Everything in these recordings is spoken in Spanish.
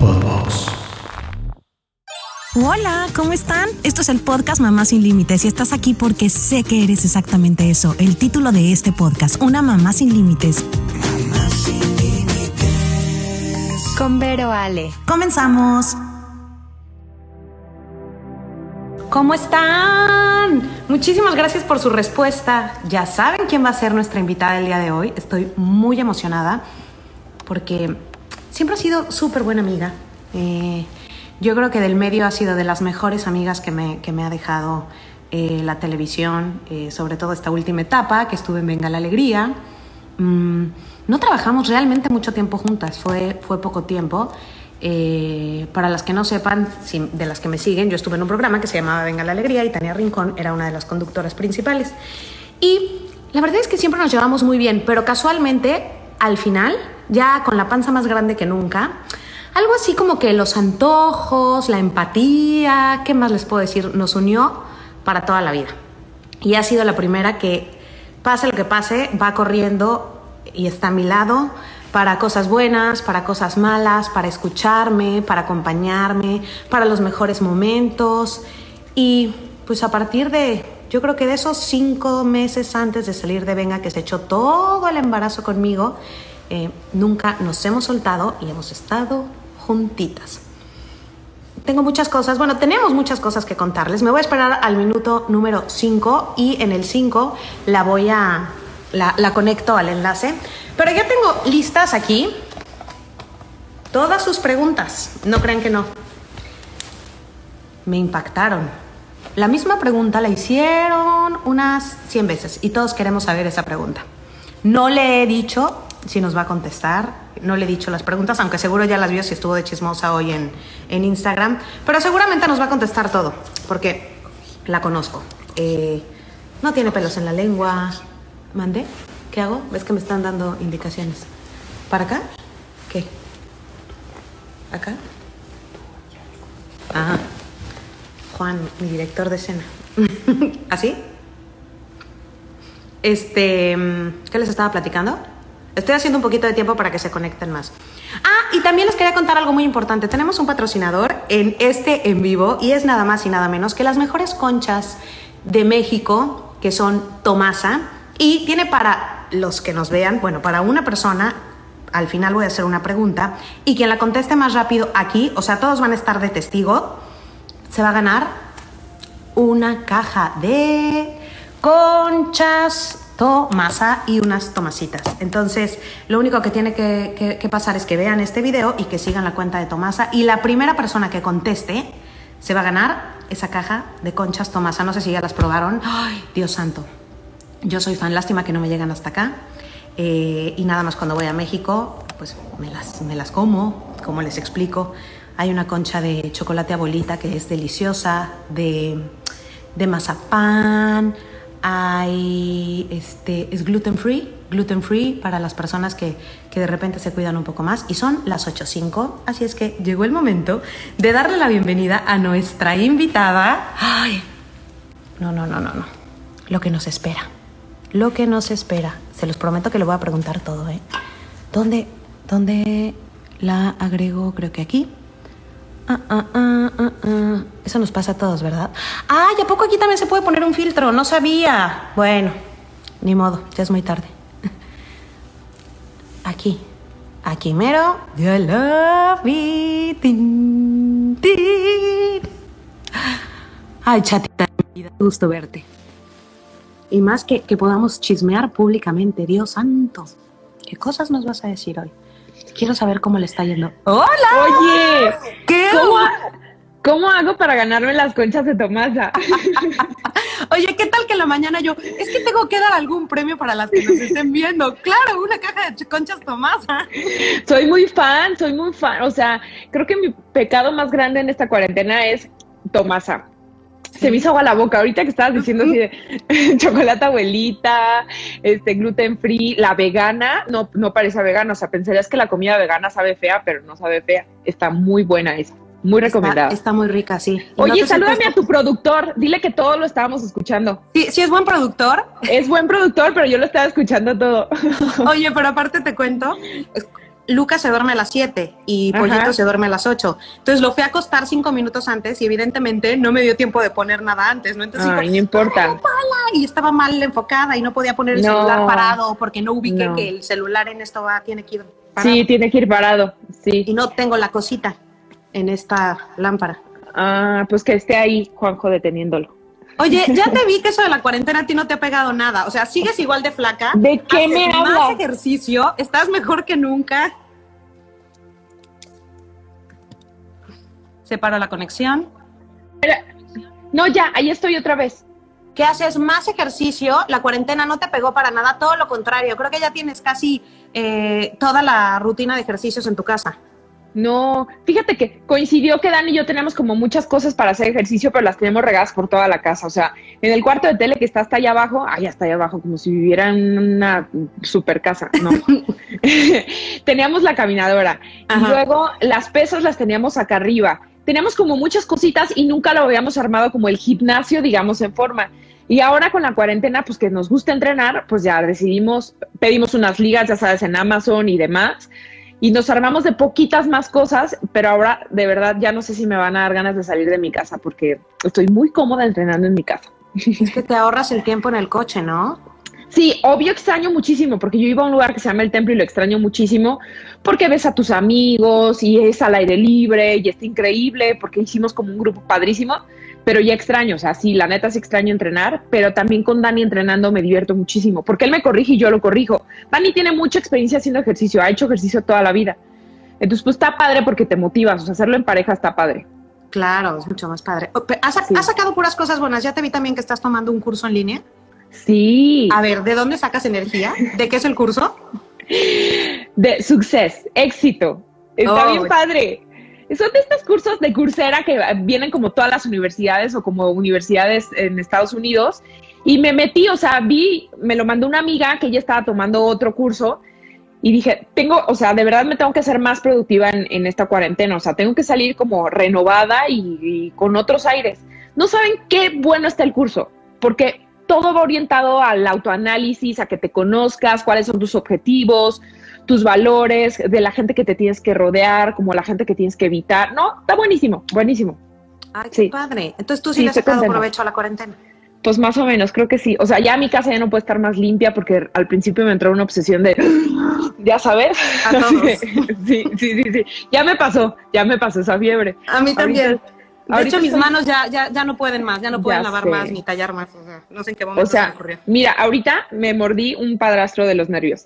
Podbox. Hola, ¿cómo están? Esto es el podcast Mamá Sin Límites y estás aquí porque sé que eres exactamente eso. El título de este podcast, Una Mamá Sin Límites. Mamá Sin Límites. Con Vero Ale. Comenzamos. ¿Cómo están? Muchísimas gracias por su respuesta. Ya saben quién va a ser nuestra invitada el día de hoy. Estoy muy emocionada porque siempre ha sido súper buena amiga. Yo creo que del medio ha sido de las mejores amigas que me ha dejado la televisión, sobre todo esta última etapa que estuve en Venga la Alegría. No trabajamos realmente mucho tiempo juntas, fue poco tiempo. Para las que no sepan, de las que me siguen, yo estuve en un programa que se llamaba Venga la Alegría y Tania Rincón era una de las conductoras principales. Y la verdad es que siempre nos llevamos muy bien, pero casualmente, al final, ya con la panza más grande que nunca, algo así como que los antojos, la empatía, ¿qué más les puedo decir? Nos unió para toda la vida. Y ha sido la primera que, pase lo que pase, va corriendo y está a mi lado para cosas buenas, para cosas malas, para escucharme, para acompañarme, para los mejores momentos. Y pues a partir de, yo creo que de esos 5 meses antes de salir de Venga, que se echó todo el embarazo conmigo, nunca nos hemos soltado y hemos estado juntitas. Tenemos muchas cosas que contarles. Me voy a esperar al minuto número 5 y en el 5 la conecto al enlace. Pero ya tengo listas aquí todas sus preguntas. No crean que no. Me impactaron. La misma pregunta la hicieron unas 100 veces y todos queremos saber esa pregunta. No le he dicho si nos va a contestar, no le he dicho las preguntas, aunque seguro ya las vio si estuvo de chismosa hoy en Instagram, pero seguramente nos va a contestar todo, porque la conozco. No tiene pelos en la lengua. ¿Mandé? ¿Qué hago? ¿Ves que me están dando indicaciones? ¿Para acá? ¿Qué? ¿Acá? Ajá. Juan, mi director de escena. ¿Así? ¿Qué les estaba platicando? Estoy haciendo un poquito de tiempo para que se conecten más. Y también les quería contar algo muy importante. Tenemos un patrocinador en este en vivo y es nada más y nada menos que las mejores conchas de México, que son Tomasa, y tiene para los que nos vean, bueno, para una persona, al final voy a hacer una pregunta y quien la conteste más rápido aquí, o sea, todos van a estar de testigo, se va a ganar una caja de conchas Tomasa y unas tomasitas. Entonces, lo único que tiene que pasar es que vean este video y que sigan la cuenta de Tomasa. Y la primera persona que conteste se va a ganar esa caja de conchas Tomasa. No sé si ya las probaron. ¡Ay, Dios santo! Yo soy fan. Lástima que no me llegan hasta acá. Y nada más cuando voy a México, pues me las como. Como les explico, hay una concha de chocolate abuelita que es deliciosa, de mazapán. Hay, es gluten free para las personas que de repente se cuidan un poco más y son las 8:05, así es que llegó el momento de darle la bienvenida a nuestra invitada. ¡Ay! No, lo que nos espera, se los prometo que le voy a preguntar todo, ¿Dónde la agrego? Creo que aquí. Eso nos pasa a todos, ¿verdad? ¿Y a poco aquí también se puede poner un filtro? No sabía. Bueno, ni modo, ya es muy tarde. Aquí mero. You love me. Tin, tin. Ay, chatita, gusto verte. Y más que podamos chismear públicamente. Dios santo, ¿qué cosas nos vas a decir hoy? Quiero saber cómo le está yendo. ¡Hola! Oye, ¿qué? ¿Cómo hago para ganarme las conchas de Tomasa? Oye, ¿qué tal que en la mañana es que tengo que dar algún premio para las que nos estén viendo? Claro, una caja de conchas Tomasa. Soy muy fan. O sea, creo que mi pecado más grande en esta cuarentena es Tomasa. Se me hizo agua la boca ahorita que estabas diciendo así de chocolate abuelita, gluten free, la vegana, no parece vegana, o sea, pensarías que la comida vegana sabe fea, pero no sabe fea, está muy buena esa, muy recomendada. Está muy rica, sí. Oye, no salúdame a tu productor, dile que todos lo estábamos escuchando. Sí, es buen productor. Es buen productor, pero yo lo estaba escuchando todo. Oye, pero aparte te cuento, Lucas se duerme a las 7 y Ajá. Pollito se duerme a las 8. Entonces lo fui a acostar 5 minutos antes y evidentemente no me dio tiempo de poner nada antes, ¿no? Entonces Ay, dijo, no importa. y estaba mal enfocada y no podía poner el No. celular parado porque no ubiqué No. que el celular en esto tiene que ir parado. Sí, tiene que ir parado, Y sí. no tengo la cosita en esta lámpara. Ah, pues que esté ahí, Juanjo, deteniéndolo. Oye, ya te vi que eso de la cuarentena a ti no te ha pegado nada. O sea, sigues igual de flaca. ¿De qué haces me más hablas? ejercicio, estás mejor que nunca. Se paró la conexión. No, ya, ahí estoy otra vez. Que haces más ejercicio, la cuarentena no te pegó para nada, todo lo contrario. Creo que ya tienes casi toda la rutina de ejercicios en tu casa. No, fíjate que coincidió que Dan y yo tenemos como muchas cosas para hacer ejercicio, pero las tenemos regadas por toda la casa. O sea, en el cuarto de tele que está hasta allá abajo, está allá abajo, como si viviera en una super casa, ¿no? Teníamos la caminadora. Ajá. Y luego las pesas las teníamos acá arriba. Teníamos como muchas cositas y nunca lo habíamos armado como el gimnasio, digamos, en forma. Y ahora con la cuarentena, pues que nos gusta entrenar, pues ya pedimos unas ligas, ya sabes, en Amazon y demás. Y nos armamos de poquitas más cosas, pero ahora de verdad ya no sé si me van a dar ganas de salir de mi casa porque estoy muy cómoda entrenando en mi casa. Es que te ahorras el tiempo en el coche, ¿no? Sí, obvio extraño muchísimo porque yo iba a un lugar que se llama El Templo y lo extraño muchísimo porque ves a tus amigos y es al aire libre y está increíble porque hicimos como un grupo padrísimo, pero ya extraño, o sea, sí, la neta sí extraño entrenar, pero también con Dani entrenando me divierto muchísimo porque él me corrige y yo lo corrijo. Dani tiene mucha experiencia haciendo ejercicio, ha hecho ejercicio toda la vida. Entonces, pues está padre porque te motivas, o sea, hacerlo en pareja está padre. Claro, es mucho más padre. ¿Has Sí. sacado puras cosas buenas? Ya te vi también que estás tomando un curso en línea. Sí, A ver, ¿de dónde sacas energía? ¿De qué es el curso? de success, éxito. Está Oh. bien padre. Son de estos cursos de Coursera que vienen como todas las universidades o como universidades en Estados Unidos. Y me metí, o sea, me lo mandó una amiga que ella estaba tomando otro curso y dije, o sea, de verdad me tengo que hacer más productiva en esta cuarentena. O sea, tengo que salir como renovada y con otros aires. No saben qué bueno está el curso, porque todo va orientado al autoanálisis, a que te conozcas, cuáles son tus objetivos, tus valores, de la gente que te tienes que rodear, como la gente que tienes que evitar. No, está buenísimo, buenísimo. Ay, qué Sí. padre. Entonces tú sí Sí, le has estoy sacado contenta. provecho a la cuarentena. Pues más o menos, creo que sí. O sea, ya mi casa ya no puede estar más limpia porque al principio me entró una obsesión de, ya sabes. A todos. Sí. Ya me pasó esa fiebre. A mí también. De ahorita hecho, mis estoy- manos ya no pueden más, ya no pueden Ya lavar sé. más ni tallar más. O sea, no sé en qué momento O se me sea, ocurrió. mira, ahorita me mordí un padrastro de los nervios.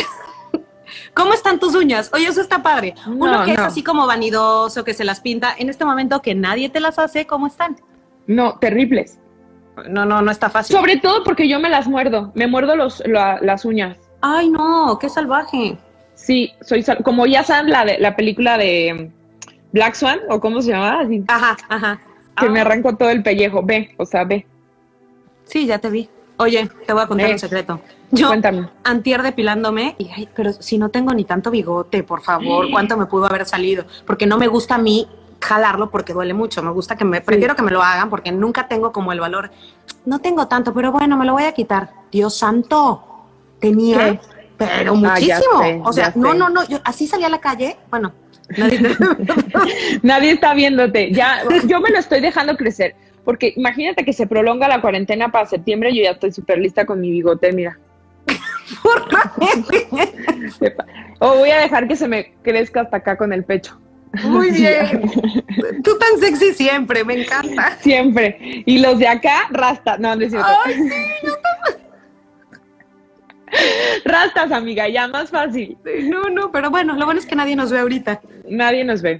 ¿Cómo están tus uñas? Oye, eso está padre. Uno que es no. así como vanidoso, que se las pinta, en este momento que nadie te las hace, ¿cómo están? No, terribles. No está fácil. Sobre todo porque yo me las muerdo. Me muerdo las uñas. Ay, no, qué salvaje. Sí, como ya saben la película de Black Swan, o cómo se llama, así, Ajá. que me arranco todo el pellejo. Ve. Sí, ya te vi. Oye, te voy a contar un secreto. Yo, Cuéntame. antier depilándome, y ay, pero si no tengo ni tanto bigote, por favor, ¿cuánto me pudo haber salido? Porque no me gusta a mí jalarlo porque duele mucho. Me gusta prefiero que me lo hagan porque nunca tengo como el valor. No tengo tanto, pero bueno, me lo voy a quitar. Dios santo, tenía, ¿Qué? pero ya muchísimo. sé, O sea, ya sé. no, yo así salí a la calle, bueno, nadie. Nadie está viéndote. Ya, yo me lo estoy dejando crecer. Porque imagínate que se prolonga la cuarentena para septiembre. Yo ya estoy súper lista con mi bigote, mira. O voy a dejar que se me crezca hasta acá con el pecho. Muy bien. Tú tan sexy siempre, me encanta. Siempre. Y los de acá, rasta. No, no es cierto. Ay, sí, Rastas, amiga, ya más fácil. no, pero bueno, lo bueno es que nadie nos ve ahorita. Nadie nos ve.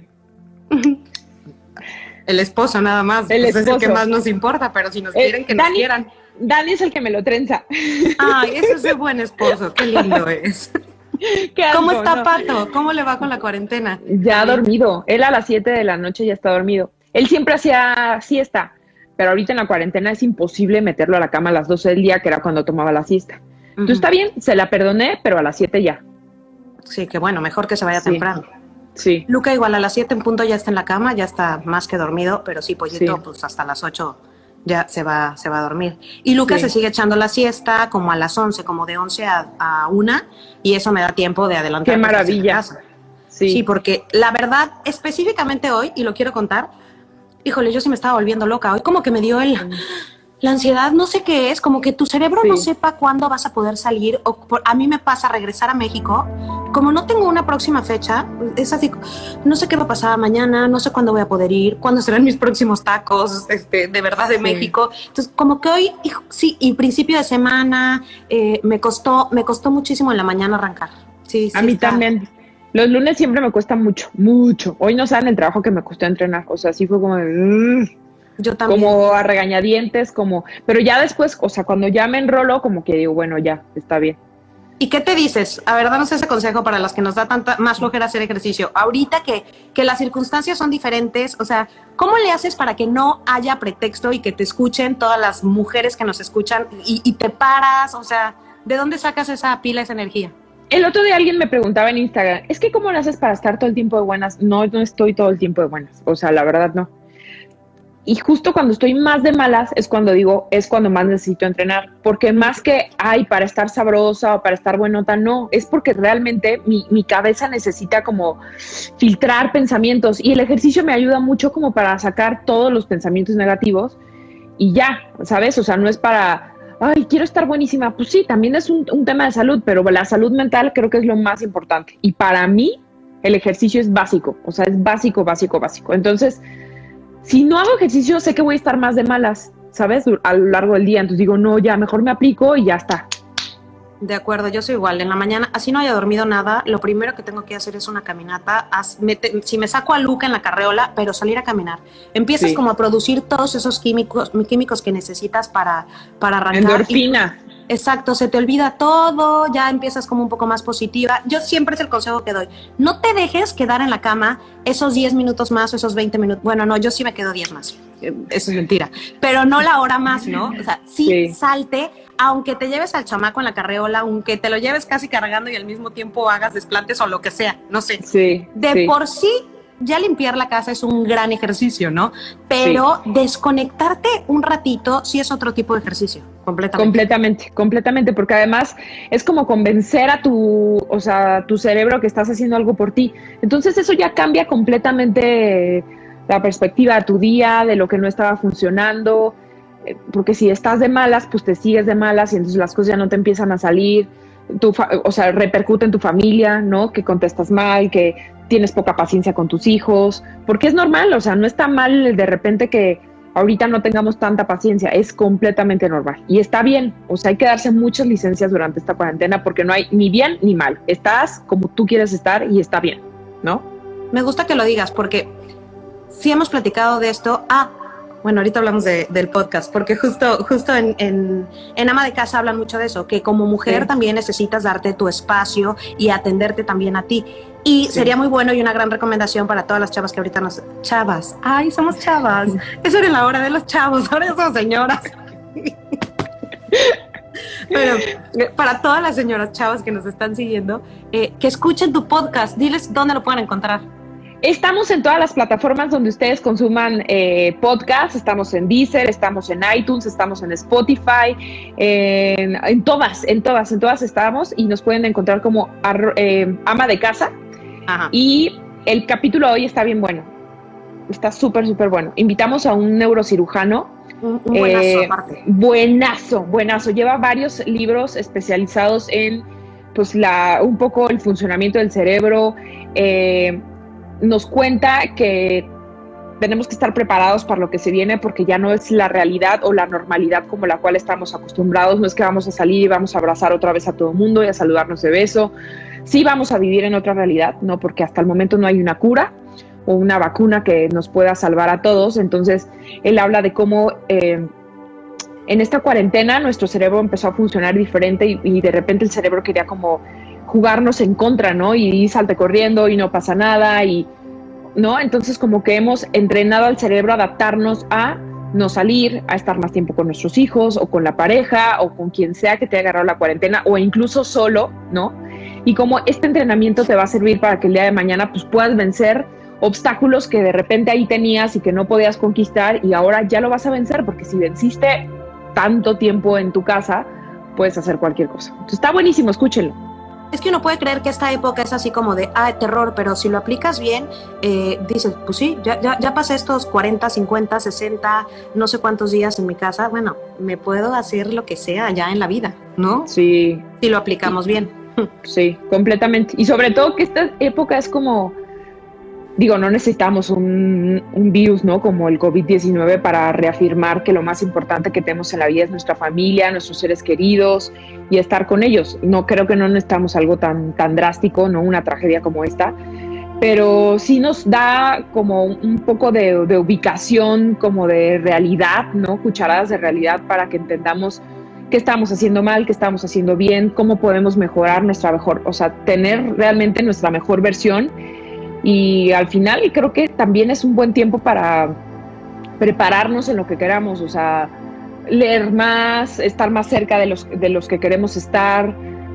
El esposo nada más. El Pues es el esposo. que más nos importa, pero si nos quieren, que nos Dani- quieran. Dani es el que me lo trenza. Ay, ese es un buen esposo, qué lindo es. Qué asco, ¿Cómo está ¿no? Pato? ¿Cómo le va con la cuarentena? Ya ha dormido. Él a las 7 de la noche ya está dormido. Él siempre hacía siesta, pero ahorita en la cuarentena es imposible meterlo a la cama a las 12 del día, que era cuando tomaba la siesta. Entonces está bien, se la perdoné, pero a las 7 ya. Sí, que bueno, mejor que se vaya Sí. temprano. Sí. Luca igual a las 7 en punto ya está en la cama, ya está más que dormido, pero sí, Pollito, Sí. pues hasta las 8 ya se va a dormir. Y Luca Sí. se sigue echando la siesta como a las 11, como de 11 a 1, y eso me da tiempo de adelantar. Qué cosas en maravilla. casa. Sí, porque la verdad, específicamente hoy, y lo quiero contar, híjole, yo sí me estaba volviendo loca. Hoy como que me dio la ansiedad, no sé qué es, como que tu cerebro no sepa cuándo vas a poder salir. A mí me pasa regresar a México, como no tengo una próxima fecha, es así, no sé qué va a pasar mañana, no sé cuándo voy a poder ir, cuándo serán mis próximos tacos, de verdad, de México. Entonces, como que hoy, sí, y principio de semana, me costó muchísimo en la mañana arrancar. Sí, A mí también. Los lunes siempre me cuesta mucho, mucho. Hoy no saben el trabajo que me costó entrenar. O sea, sí fue como yo también. Como a regañadientes, pero ya después, o sea, cuando ya me enrolo, como que digo, bueno, ya, está bien. ¿Y qué te dices? A ver, danos ese consejo para los que nos da tanta más flojera hacer ejercicio. Ahorita que las circunstancias son diferentes, o sea, ¿cómo le haces para que no haya pretexto y que te escuchen todas las mujeres que nos escuchan y te paras? O sea, ¿de dónde sacas esa pila, esa energía? El otro día alguien me preguntaba en Instagram, es que ¿cómo lo haces para estar todo el tiempo de buenas? No estoy todo el tiempo de buenas, o sea, la verdad no. Y justo cuando estoy más de malas es cuando más necesito entrenar, porque más que para estar sabrosa o para estar buenota, no, es porque realmente mi cabeza necesita como filtrar pensamientos y el ejercicio me ayuda mucho como para sacar todos los pensamientos negativos y ya, ¿sabes? O sea, no es para... quiero estar buenísima. Pues sí, también es un tema de salud, pero la salud mental creo que es lo más importante. Y para mí, el ejercicio es básico, o sea, es básico, básico, básico. Entonces, si no hago ejercicio, sé que voy a estar más de malas, ¿sabes? A lo largo del día. Entonces digo, no, ya, mejor me aplico y ya está. De acuerdo, yo soy igual. En la mañana, así no haya dormido nada, lo primero que tengo que hacer es una caminata. Si me saco a Luca en la carreola, pero salir a caminar. Empiezas como a producir todos esos químicos que necesitas para arrancar. Endorfina. Exacto, se te olvida todo, ya empiezas como un poco más positiva. Yo siempre es el consejo que doy. No te dejes quedar en la cama esos 10 minutos más o esos 20 minutos. Bueno, no, yo sí me quedo 10 más. Eso es mentira. Pero no la hora más, ¿no? O sea, sí. Salte, aunque te lleves al chamaco en la carreola, aunque te lo lleves casi cargando y al mismo tiempo hagas desplantes o lo que sea, no sé. Sí. Por sí, ya limpiar la casa es un gran ejercicio, ¿no? Pero desconectarte un ratito sí es otro tipo de ejercicio, completamente, porque además es como convencer a tu cerebro que estás haciendo algo por ti. Entonces eso ya cambia completamente la perspectiva de tu día, de lo que no estaba funcionando, porque si estás de malas, pues te sigues de malas y entonces las cosas ya no te empiezan a salir, repercute en tu familia, ¿no? Que contestas mal, que tienes poca paciencia con tus hijos, porque es normal, o sea, no está mal de repente que ahorita no tengamos tanta paciencia, es completamente normal y está bien, o sea, hay que darse muchas licencias durante esta cuarentena porque no hay ni bien ni mal, estás como tú quieres estar y está bien, ¿no? Me gusta que lo digas porque sí hemos platicado de esto, bueno, ahorita hablamos del podcast, porque justo en Ama de Casa hablan mucho de eso, que como mujer también necesitas darte tu espacio y atenderte también a ti. Y sería muy bueno y una gran recomendación para todas las chavas que ahorita Chavas, somos chavas. Eso era la hora de los chavos, ahora ya somos señoras. Bueno, para todas las señoras chavas que nos están siguiendo, que escuchen tu podcast, diles dónde lo pueden encontrar. Estamos en todas las plataformas donde ustedes consuman podcasts, estamos en Deezer, estamos en iTunes, estamos en Spotify, en todas estamos y nos pueden encontrar como Ama de Casa. Ajá. Y el capítulo de hoy está bien bueno, está súper bueno. Invitamos a un neurocirujano. Un buenazo aparte. Buenazo, lleva varios libros especializados en pues un poco el funcionamiento del cerebro, nos cuenta que tenemos que estar preparados para lo que se viene porque ya no es la realidad o la normalidad como la cual estamos acostumbrados. No es que vamos a salir y vamos a abrazar otra vez a todo el mundo y a saludarnos de beso. Sí vamos a vivir en otra realidad, ¿no? Porque hasta el momento no hay una cura o una vacuna que nos pueda salvar a todos. Entonces, él habla de cómo en esta cuarentena nuestro cerebro empezó a funcionar diferente y de repente el cerebro quería como jugarnos en contra, ¿no? Y salte corriendo y no pasa nada ¿no? Entonces como que hemos entrenado al cerebro a adaptarnos a no salir, a estar más tiempo con nuestros hijos o con la pareja o con quien sea que te haya agarrado la cuarentena o incluso solo, ¿no? Y como este entrenamiento te va a servir para que el día de mañana pues puedas vencer obstáculos que de repente ahí tenías y que no podías conquistar y ahora ya lo vas a vencer porque si venciste tanto tiempo en tu casa, puedes hacer cualquier cosa. Entonces está buenísimo, escúchenlo. Es que uno puede creer que esta época es así como de, terror, pero si lo aplicas bien, dices, pues sí, ya pasé estos 40, 50, 60, no sé cuántos días en mi casa, bueno, me puedo hacer lo que sea ya en la vida, ¿no? Sí. Si lo aplicamos bien. Sí, completamente. Y sobre todo que esta época es como, digo, no necesitamos un virus, ¿no? Como el COVID-19 para reafirmar que lo más importante que tenemos en la vida es nuestra familia, nuestros seres queridos y estar con ellos. No creo que no necesitamos algo tan drástico, ¿no? Una tragedia como esta, pero sí nos da como un poco de ubicación, como de realidad, ¿no? Cucharadas de realidad para que entendamos qué estamos haciendo mal, qué estamos haciendo bien, cómo podemos mejorar tener realmente nuestra mejor versión. Y al final creo que también es un buen tiempo para prepararnos en lo que queramos, o sea, leer más, estar más cerca de los que queremos estar,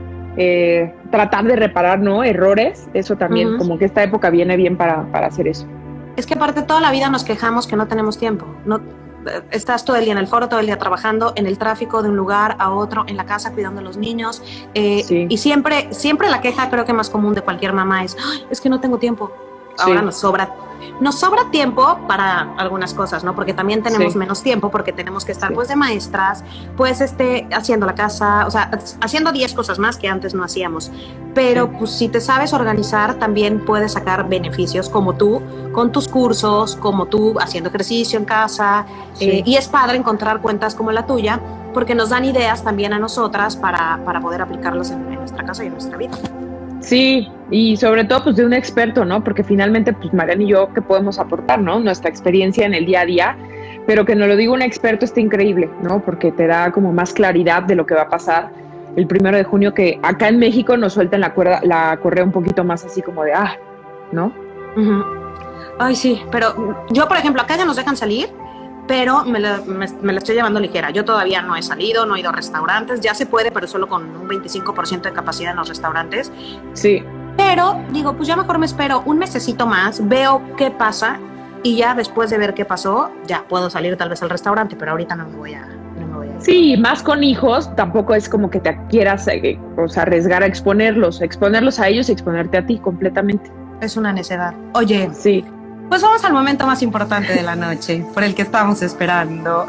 tratar de reparar, ¿no? Errores, eso también, como que esta época viene bien para hacer eso. Es que aparte toda la vida nos quejamos que no tenemos tiempo, no. Estás todo el día en el foro, todo el día trabajando, en el tráfico de un lugar a otro, en la casa cuidando a los niños, sí. Y siempre la queja creo que más común de cualquier mamá es que no tengo tiempo. Ahora sí. Nos sobra tiempo para algunas cosas, ¿no? Porque también tenemos menos tiempo porque tenemos que estar pues de maestras, pues haciendo la casa, o sea, haciendo 10 cosas más que antes no hacíamos. Pero pues si te sabes organizar, también puedes sacar beneficios como tú, con tus cursos, como tú haciendo ejercicio en casa. Y es padre encontrar cuentas como la tuya porque nos dan ideas también a nosotras para poder aplicarlas en nuestra casa y en nuestra vida. Sí, y sobre todo pues de un experto, ¿no? Porque finalmente pues Mariana y yo, ¿qué podemos aportar, no? Nuestra experiencia en el día a día, pero que nos lo diga un experto está increíble, ¿no? Porque te da como más claridad de lo que va a pasar el 1 de junio, que acá en México nos sueltan la correa un poquito más así como de, ¿no? Uh-huh. Ay, sí, pero yo, por ejemplo, acá ya nos dejan salir, pero me la estoy llevando ligera. Yo todavía no he salido, no he ido a restaurantes. Ya se puede, pero solo con un 25% de capacidad en los restaurantes. Sí. Pero digo, pues ya mejor me espero un mesecito más, veo qué pasa y ya después de ver qué pasó, ya puedo salir tal vez al restaurante, pero ahorita no me voy a Sí, más con hijos, tampoco es como que te quieras arriesgar a exponerlos a ellos y exponerte a ti completamente. Es una necedad. Oye, sí. Pues vamos al momento más importante de la noche, por el que estamos esperando.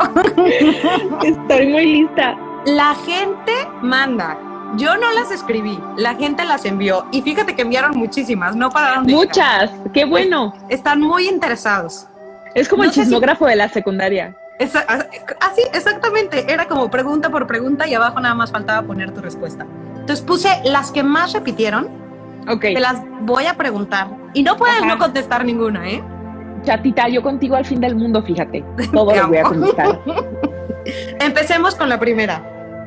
Estoy muy lista. La gente manda. Yo no las escribí, la gente las envió. Y fíjate que enviaron muchísimas, no pararon de Muchas, qué bueno. Están muy interesados. Es como el chismógrafo de la secundaria. Así, exactamente. Era como pregunta por pregunta y abajo nada más faltaba poner tu respuesta. Entonces puse las que más repitieron. Okay. Te las voy a preguntar. Y no puedes no contestar ninguna, ¿eh? Chatita, yo contigo al fin del mundo, fíjate. Todo lo voy a contestar. Empecemos con la primera.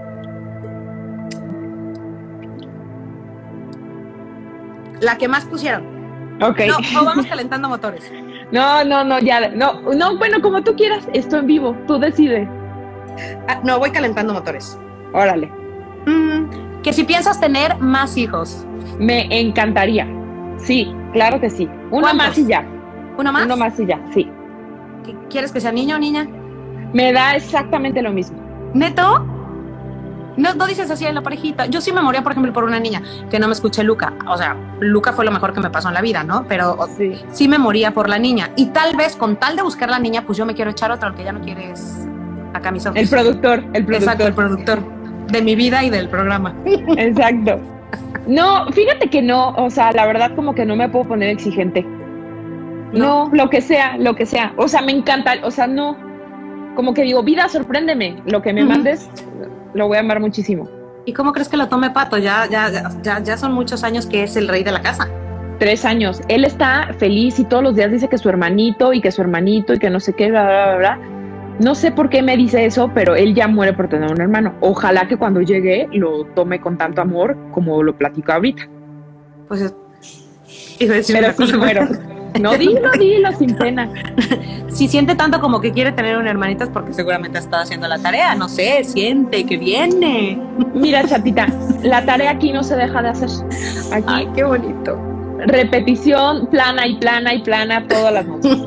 La que más pusieron. Ok. No, o vamos calentando motores. No, ya. No, bueno, como tú quieras. Esto en vivo. Tú decides. No, voy calentando motores. Órale. Que si piensas tener más hijos. Me encantaría. Sí, claro que sí. Uno más y ya. ¿Uno más? Uno más y ya, sí. ¿Quieres que sea niño o niña? Me da exactamente lo mismo. ¿Neto? No dices así en la parejita. Yo sí me moría, por ejemplo, por una niña, que no me escuché Luca. O sea, Luca fue lo mejor que me pasó en la vida, ¿no? Pero sí me moría por la niña. Y tal vez, con tal de buscar la niña, pues yo me quiero echar otra, el que ya no quiere es acá mis ojos. El productor. Exacto, el productor de mi vida y del programa. Exacto. No, fíjate que no, o sea, la verdad como que no me puedo poner exigente. No, lo que sea. O sea, me encanta, o sea, no. Como que digo, vida, sorpréndeme. Lo que me mandes, lo voy a amar muchísimo. ¿Y cómo crees que lo tome Pato? Ya son muchos años que es el rey de la casa. 3 años. Él está feliz y todos los días dice que su hermanito y que no sé qué, bla, bla, bla, bla. No sé por qué me dice eso, pero él ya muere por tener un hermano. Ojalá que cuando llegue lo tome con tanto amor como lo platico ahorita. Pues iba a decir pero sí muero. No, dilo sin pena. Si siente tanto como que quiere tener un hermanito es porque seguramente ha estado haciendo la tarea. No sé, siente que viene. Mira, chatita, la tarea aquí no se deja de hacer. Aquí, ay, qué bonito. Repetición, plana todas las noches.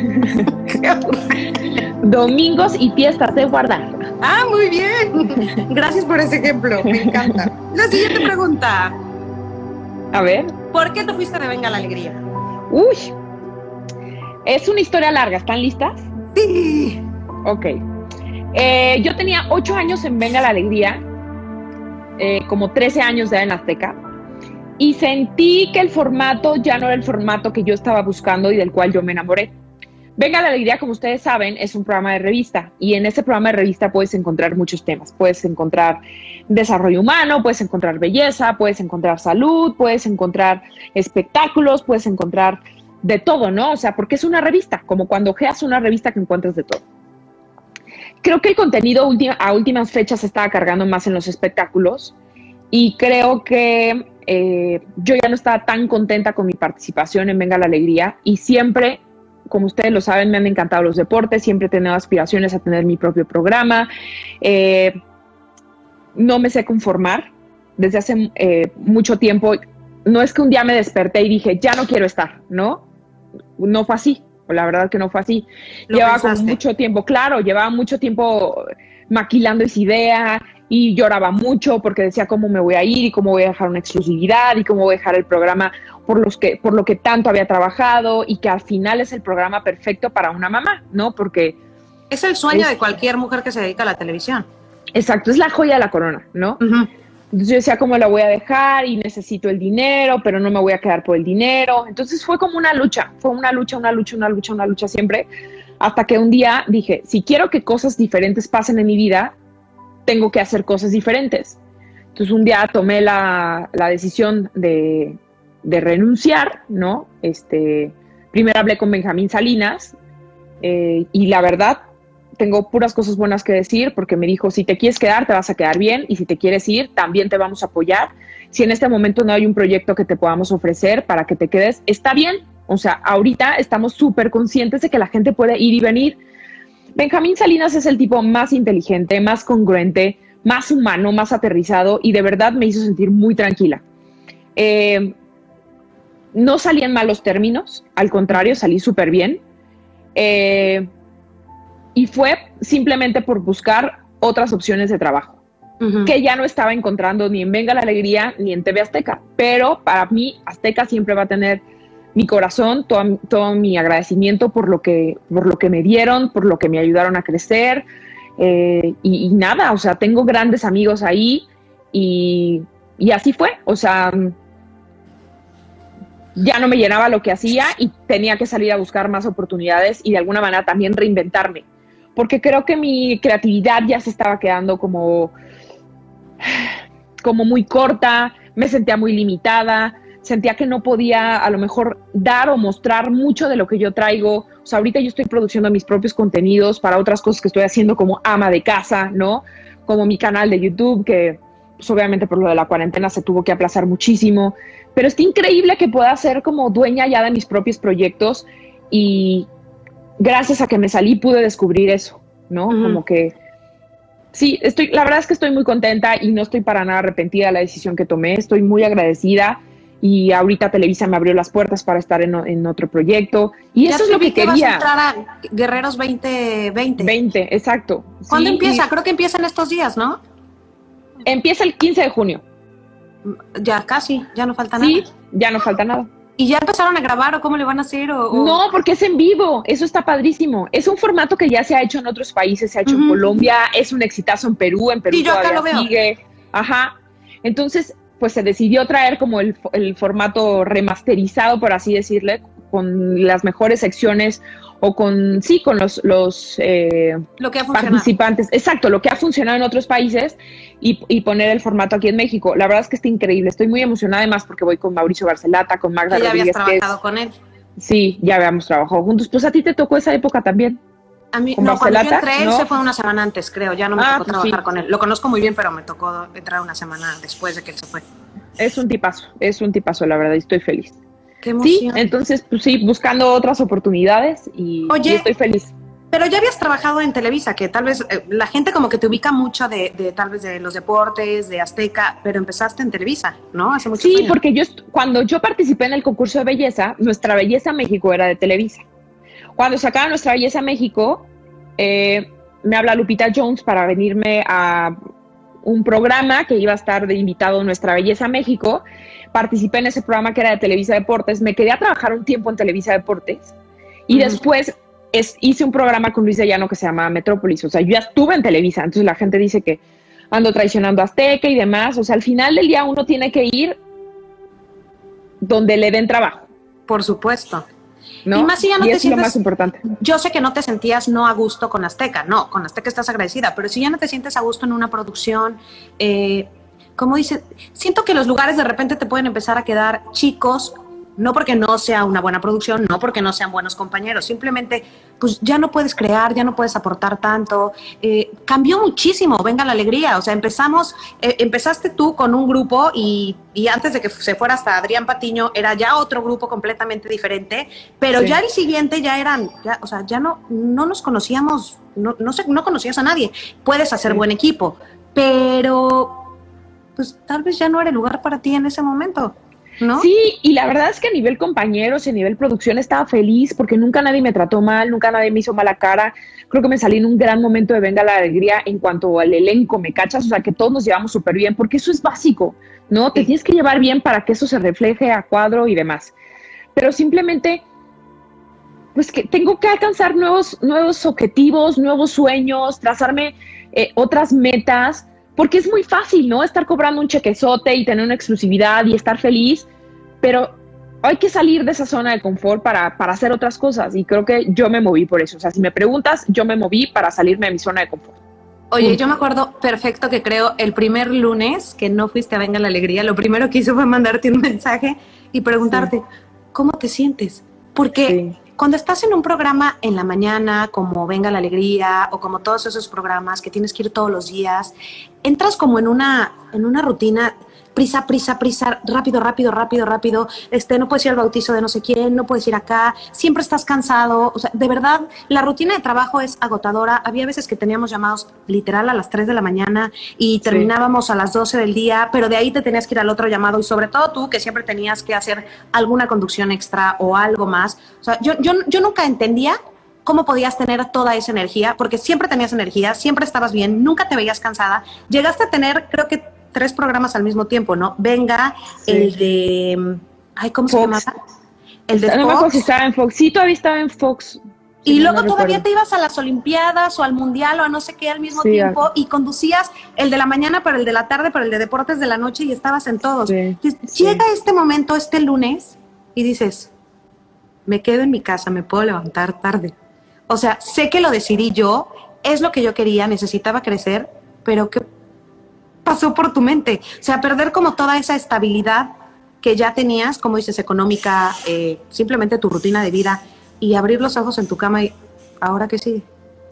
Domingos y fiestas de guardar. Ah, muy bien. Gracias por ese ejemplo, me encanta. La siguiente pregunta. A ver. ¿Por qué te fuiste de Venga la Alegría? Uy, es una historia larga. ¿Están listas? Sí. Ok. Yo tenía 8 años en Venga la Alegría, como 13 años ya en Azteca, y sentí que el formato ya no era el formato que yo estaba buscando y del cual yo me enamoré. Venga la Alegría, como ustedes saben, es un programa de revista, y en ese programa de revista puedes encontrar muchos temas. Puedes encontrar desarrollo humano, puedes encontrar belleza, puedes encontrar salud, puedes encontrar espectáculos, puedes encontrar de todo, ¿no? O sea, porque es una revista, como cuando ojeas una revista que encuentras de todo. Creo que el contenido a últimas fechas se estaba cargando más en los espectáculos, y creo que yo ya no estaba tan contenta con mi participación en Venga la Alegría, y siempre, como ustedes lo saben, me han encantado los deportes, siempre he tenido aspiraciones a tener mi propio programa. No me sé conformar desde hace mucho tiempo. No es que un día me desperté y dije, ya no quiero estar, ¿no? No fue así, la verdad que no fue así. Llevaba como mucho tiempo, claro, llevaba mucho tiempo maquilando esa idea, y lloraba mucho porque decía cómo me voy a ir y cómo voy a dejar una exclusividad y cómo voy a dejar el programa por lo que tanto había trabajado, y que al final es el programa perfecto para una mamá, ¿no? Porque es el sueño de cualquier mujer que se dedica a la televisión. Exacto, es la joya de la corona, ¿no? Uh-huh. Entonces yo decía, ¿cómo la voy a dejar? Y necesito el dinero, pero no me voy a quedar por el dinero. Entonces fue como una lucha, una lucha siempre, hasta que un día dije, si quiero que cosas diferentes pasen en mi vida, tengo que hacer cosas diferentes. Entonces un día tomé la decisión de renunciar, ¿no? Primero hablé con Benjamín Salinas, y la verdad, tengo puras cosas buenas que decir, porque me dijo, si te quieres quedar, te vas a quedar bien, y si te quieres ir, también te vamos a apoyar. Si en este momento no hay un proyecto que te podamos ofrecer para que te quedes, está bien. O sea, ahorita estamos súper conscientes de que la gente puede ir y venir. Benjamín Salinas es el tipo más inteligente, más congruente, más humano, más aterrizado, y de verdad me hizo sentir muy tranquila. No salí en malos términos, al contrario, salí súper bien. Y fue simplemente por buscar otras opciones de trabajo, uh-huh, que ya no estaba encontrando ni en Venga la Alegría ni en TV Azteca. Pero para mí, Azteca siempre va a tener mi corazón, todo mi agradecimiento por lo que me dieron, por lo que me ayudaron a crecer. Y nada, o sea, tengo grandes amigos ahí, y así fue. O sea, ya no me llenaba lo que hacía y tenía que salir a buscar más oportunidades y de alguna manera también reinventarme, porque creo que mi creatividad ya se estaba quedando como muy corta, me sentía muy limitada, sentía que no podía a lo mejor dar o mostrar mucho de lo que yo traigo. O sea, ahorita yo estoy produciendo mis propios contenidos para otras cosas que estoy haciendo como ama de casa, ¿no? Como mi canal de YouTube, que pues obviamente por lo de la cuarentena se tuvo que aplazar muchísimo, pero está increíble que pueda ser como dueña ya de mis propios proyectos, y gracias a que me salí pude descubrir eso, ¿no? Uh-huh. Como que sí, la verdad es que estoy muy contenta y no estoy para nada arrepentida de la decisión que tomé, estoy muy agradecida, y ahorita Televisa me abrió las puertas para estar en otro proyecto, y eso es lo que quería. Vas a entrar a Guerreros 2020. 20, exacto. ¿Cuándo empieza? Creo que empieza en estos días, ¿no? Empieza el 15 de junio. Ya casi, ya no falta nada. Sí, ya no falta nada. ¿Y ya empezaron a grabar o cómo le van a hacer? No, porque es en vivo, eso está padrísimo. Es un formato que ya se ha hecho en otros países, se ha hecho en Colombia, es un exitazo en Perú sí, yo acá lo veo. Sigue. Ajá. Entonces, pues se decidió traer como el formato remasterizado, por así decirle, con las mejores secciones, o con los lo que ha participantes. Exacto, lo que ha funcionado en otros países, y poner el formato aquí en México. La verdad es que está increíble. Estoy muy emocionada, además, porque voy con Mauricio Barcelata, con Magda Rodríguez. ¿Ya habías trabajado con él? Sí, ya habíamos trabajado juntos. Pues a ti te tocó esa época también. A mí, no, cuando yo entré, él se fue una semana antes, creo. Ya no me tocó trabajar con él. Lo conozco muy bien, pero me tocó entrar una semana después de que él se fue. Es un tipazo, la verdad, y estoy feliz. Qué emoción. Sí, entonces, pues sí, buscando otras oportunidades, y estoy feliz. Pero ya habías trabajado en Televisa, que tal vez la gente como que te ubica mucho de tal vez de los deportes, de Azteca, pero empezaste en Televisa, ¿no? Hace muchos años. Sí, porque cuando yo participé en el concurso de belleza, Nuestra Belleza México era de Televisa. Cuando sacaba Nuestra Belleza México, me habla Lupita Jones para venirme a un programa que iba a estar de invitado Nuestra Belleza México. Participé en ese programa que era de Televisa Deportes. Me quedé a trabajar un tiempo en Televisa Deportes y después hice un programa con Luis de Llano que se llama Metrópolis. O sea, yo ya estuve en Televisa. Entonces la gente dice que ando traicionando a Azteca y demás. O sea, al final del día uno tiene que ir donde le den trabajo. Por supuesto. ¿No? Y más si ya no y te es sientes, lo más importante. Yo sé que no te sentías no a gusto con Azteca, no, con Azteca estás agradecida, pero si ya no te sientes a gusto en una producción, como dice, siento que los lugares de repente te pueden empezar a quedar chicos, no porque no sea una buena producción, no porque no sean buenos compañeros, simplemente pues ya no puedes crear, ya no puedes aportar tanto. Cambió muchísimo, venga la alegría, o sea, empezaste tú con un grupo y antes de que se fuera hasta Adrián Patiño era ya otro grupo completamente diferente, pero ya el siguiente ya eran, o sea, ya no nos conocíamos, no conocías a nadie, puedes hacer buen equipo, pero pues tal vez ya no era el lugar para ti en ese momento, ¿no? Sí, y la verdad es que a nivel compañeros y a nivel producción estaba feliz porque nunca nadie me trató mal, nunca nadie me hizo mala cara. Creo que me salí en un gran momento de Venga la Alegría en cuanto al elenco, ¿me cachas? O sea, que todos nos llevamos súper bien, porque eso es básico, ¿no? Te tienes que llevar bien para que eso se refleje a cuadro y demás. Pero simplemente, pues que tengo que alcanzar nuevos objetivos, nuevos sueños, trazarme otras metas, porque es muy fácil, ¿no? Estar cobrando un chequezote y tener una exclusividad y estar feliz, pero hay que salir de esa zona de confort para hacer otras cosas, y creo que yo me moví por eso. O sea, si me preguntas, yo me moví para salirme de mi zona de confort. Oye, yo me acuerdo perfecto que creo el primer lunes que no fuiste a Venga la Alegría, lo primero que hice fue mandarte un mensaje y preguntarte, ¿cómo te sientes? Porque cuando estás en un programa en la mañana, como Venga la Alegría, o como todos esos programas que tienes que ir todos los días, entras como en una rutina, prisa, rápido, no puedes ir al bautizo de no sé quién, no puedes ir acá, siempre estás cansado, o sea, de verdad, la rutina de trabajo es agotadora. Había veces que teníamos llamados literal a las 3 de la mañana y terminábamos a las 12 del día, pero de ahí te tenías que ir al otro llamado, y sobre todo tú, que siempre tenías que hacer alguna conducción extra o algo más. O sea, yo nunca entendía cómo podías tener toda esa energía, porque siempre tenías energía, siempre estabas bien, nunca te veías cansada. Llegaste a tener, creo que 3 programas al mismo tiempo, ¿no? Venga, el de... Ay, ¿cómo se llamaba? El de Fox. No me acuerdo si estaba en Fox. Sí, todavía estaba en Fox. Y Sí, luego no todavía recuerdo. te ibas a las Olimpiadas o al Mundial o a no sé qué al mismo tiempo, y conducías el de la mañana, pero el de la tarde, pero el de deportes de la noche, y estabas en todos. Llega este momento, este lunes, y dices, me quedo en mi casa, me puedo levantar tarde. O sea, sé que lo decidí yo, es lo que yo quería, necesitaba crecer, pero ¿qué pasó por tu mente? O sea, perder como toda esa estabilidad que ya tenías, como dices, económica, simplemente tu rutina de vida, y abrir los ojos en tu cama y ¿ahora qué sigue?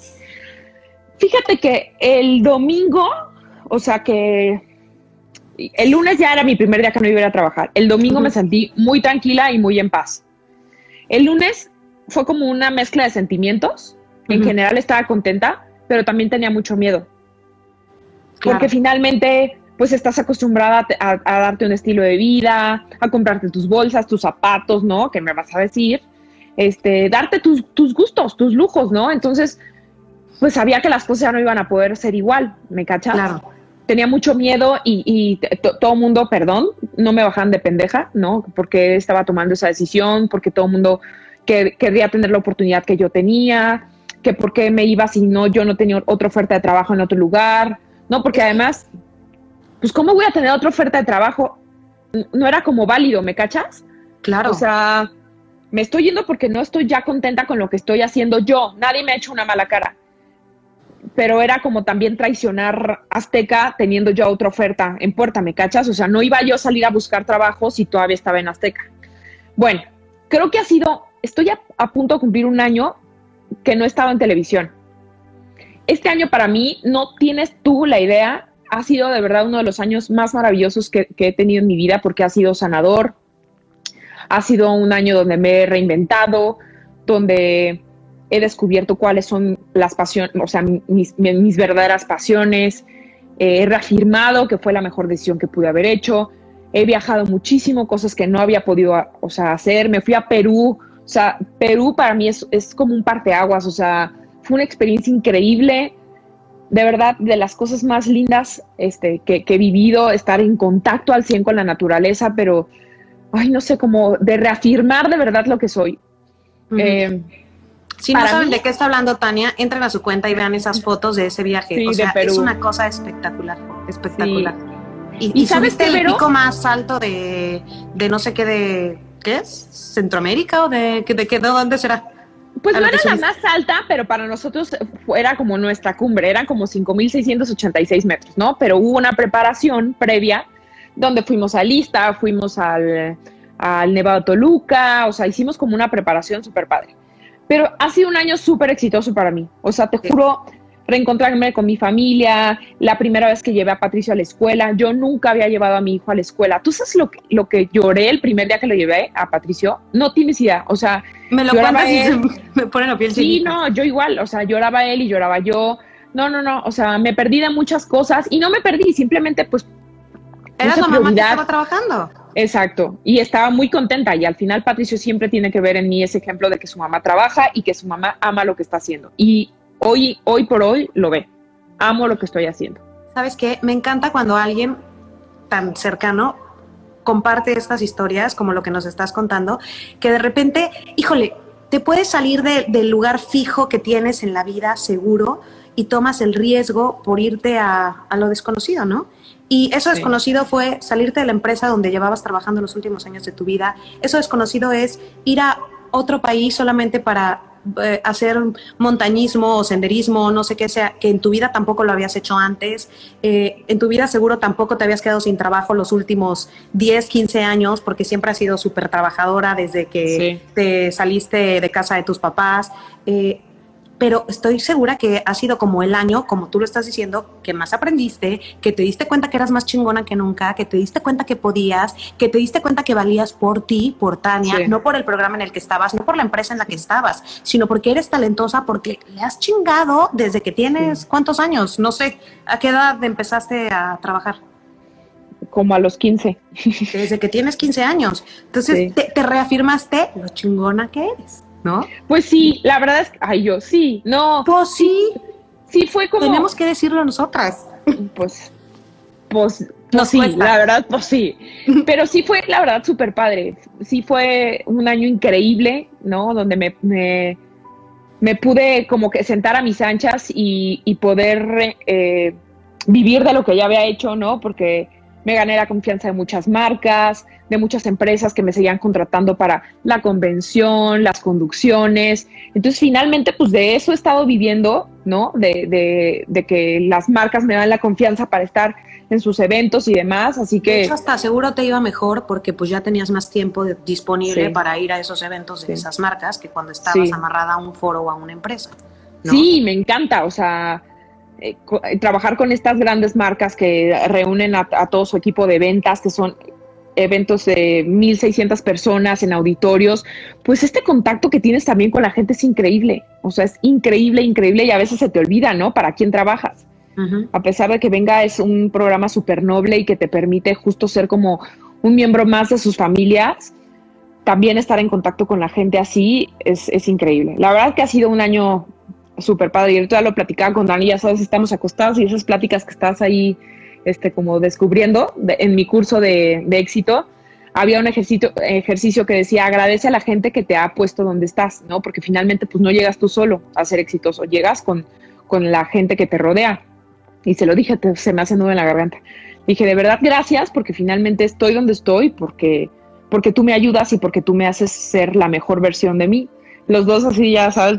Fíjate que el domingo, o sea que el lunes ya era mi primer día que no iba a ir a trabajar. El domingo me sentí muy tranquila y muy en paz. El lunes fue como una mezcla de sentimientos. En general estaba contenta, pero también tenía mucho miedo. Claro. Porque finalmente, pues estás acostumbrada a darte un estilo de vida, a comprarte tus bolsas, tus zapatos, ¿no? ¿Qué me vas a decir? Darte tus gustos, tus lujos, ¿no? Entonces, pues sabía que las cosas ya no iban a poder ser igual, ¿me cachas? Claro. Tenía mucho miedo y todo el mundo, perdón, no me bajan de pendeja, ¿no? Porque estaba tomando esa decisión, porque todo el mundo querría tener la oportunidad que yo tenía, que por qué me iba si no, yo no tenía otra oferta de trabajo en otro lugar, ¿no? Porque además, pues ¿cómo voy a tener otra oferta de trabajo? No era como válido, ¿me cachas? Claro. O sea, me estoy yendo porque no estoy ya contenta con lo que estoy haciendo yo. Nadie me ha hecho una mala cara. Pero era como también traicionar Azteca teniendo yo otra oferta en puerta, ¿me cachas? O sea, no iba yo a salir a buscar trabajo si todavía estaba en Azteca. Bueno, creo que estoy a punto de cumplir un año que no estaba en televisión. Este año para mí, no tienes tú la idea, ha sido de verdad uno de los años más maravillosos que he tenido en mi vida, porque ha sido sanador. Ha sido un año donde me he reinventado, donde he descubierto cuáles son las pasiones, o sea, mis verdaderas pasiones. He reafirmado que fue la mejor decisión que pude haber hecho. He viajado muchísimo, cosas que no había podido, o sea, hacer. Me fui a Perú. O sea, Perú para mí es como un parteaguas. O sea, fue una experiencia increíble. de verdad, de las cosas más lindas que he vivido, estar en contacto al 100 con la naturaleza, pero, ay, no sé, como de reafirmar de verdad lo que soy. Si no Para saben mí- de qué está hablando Tania, entren a su cuenta y vean esas fotos de ese viaje. Sí, O de sea, Perú. es una cosa espectacular, espectacular. ¿Y Y sabes subiste qué, el Vero? pico más alto de no sé qué ¿qué es? ¿Centroamérica o de dónde será? Pues A no lo era que la subiste. más alta, pero para nosotros era como nuestra cumbre, eran como 5,686 metros, ¿no? Pero hubo una preparación previa donde fuimos a Lista, fuimos al Nevado de Toluca, o sea, hicimos como una preparación súper padre. Pero ha sido un año súper exitoso para mí. O sea, te juro, reencontrarme con mi familia, la primera vez que llevé a Patricio a la escuela, yo nunca había llevado a mi hijo a la escuela. ¿Tú sabes lo que lloré el primer día que lo llevé a Patricio? No tienes idea, o sea, Me lo lloraba cuentas y él. me pone la piel Sí, chinita. no, yo igual, o sea, lloraba él y lloraba yo. No, o sea, me perdí de muchas cosas y no me perdí, simplemente pues Eras puse la mamá que prioridad. estaba trabajando. Exacto, y estaba muy contenta y al final Patricio siempre tiene que ver en mí ese ejemplo de que su mamá trabaja y que su mamá ama lo que está haciendo. Y hoy por hoy lo ve, amo lo que estoy haciendo. ¿Sabes qué? Me encanta cuando alguien tan cercano comparte estas historias como lo que nos estás contando, que de repente, híjole, te puedes salir del lugar fijo que tienes en la vida seguro y tomas el riesgo por irte a lo desconocido, ¿no? Y eso Sí. desconocido fue salirte de la empresa donde llevabas trabajando los últimos años de tu vida. Eso desconocido es ir a otro país solamente para hacer montañismo o senderismo, no sé qué sea, que en tu vida tampoco lo habías hecho antes. En tu vida seguro tampoco te habías quedado sin trabajo los últimos 10, 15 años, porque siempre has sido súper trabajadora desde que Sí. te saliste de casa de tus papás. Pero estoy segura que ha sido como el año, como tú lo estás diciendo, que más aprendiste, que te diste cuenta que eras más chingona que nunca, que te diste cuenta que podías, que te diste cuenta que valías por ti, por Tania, Sí. no por el programa en el que estabas, no por la empresa en la que estabas, sino porque eres talentosa, porque le has chingado desde que tienes, Sí. ¿cuántos años? No sé, ¿a qué edad empezaste a trabajar? Como a los 15. Desde que tienes 15 años. Entonces Sí. te reafirmaste lo chingona que eres, ¿no? Pues sí, la verdad es que, ay, yo sí, no, Pues sí, sí fue como, tenemos que decirlo nosotras. pues, pues Nos sí, cuesta. la verdad, pues sí. Pero sí fue, la verdad, súper padre. Sí fue un año increíble, ¿no? Donde me pude como que sentar a mis anchas y poder vivir de lo que ya había hecho, ¿no? Porque me gané la confianza de muchas marcas, de muchas empresas que me seguían contratando para la convención, las conducciones. Entonces, finalmente, pues de eso he estado viviendo, ¿no? De que las marcas me dan la confianza para estar en sus eventos y demás. Así De que, hecho, hasta seguro te iba mejor porque pues ya tenías más tiempo disponible Sí. para ir a esos eventos de Sí. esas marcas que cuando estabas Sí. amarrada a un foro o a una empresa, ¿no? sí, me encanta. O sea, trabajar con estas grandes marcas que reúnen a todo su equipo de ventas, que son eventos de 1,600 personas en auditorios, pues este contacto que tienes también con la gente es increíble. O sea, es increíble, increíble y a veces se te olvida, ¿no? ¿Para quién trabajas? Ujú. A pesar de que Venga es un programa súper noble y que te permite justo ser como un miembro más de sus familias, también estar en contacto con la gente así es increíble. La verdad que ha sido un año súper padre. Y ahorita lo platicaba con Dani, ya sabes, estamos acostados y esas pláticas que estás ahí como descubriendo en mi curso de éxito, había un ejercicio que decía, agradece a la gente que te ha puesto donde estás, ¿no? Porque finalmente pues no llegas tú solo a ser exitoso, llegas con la gente que te rodea. Y se lo dije, se me hace nudo en la garganta. Dije, de verdad, gracias, porque finalmente estoy donde estoy, porque tú me ayudas y porque tú me haces ser la mejor versión de mí. Los dos así, ya sabes,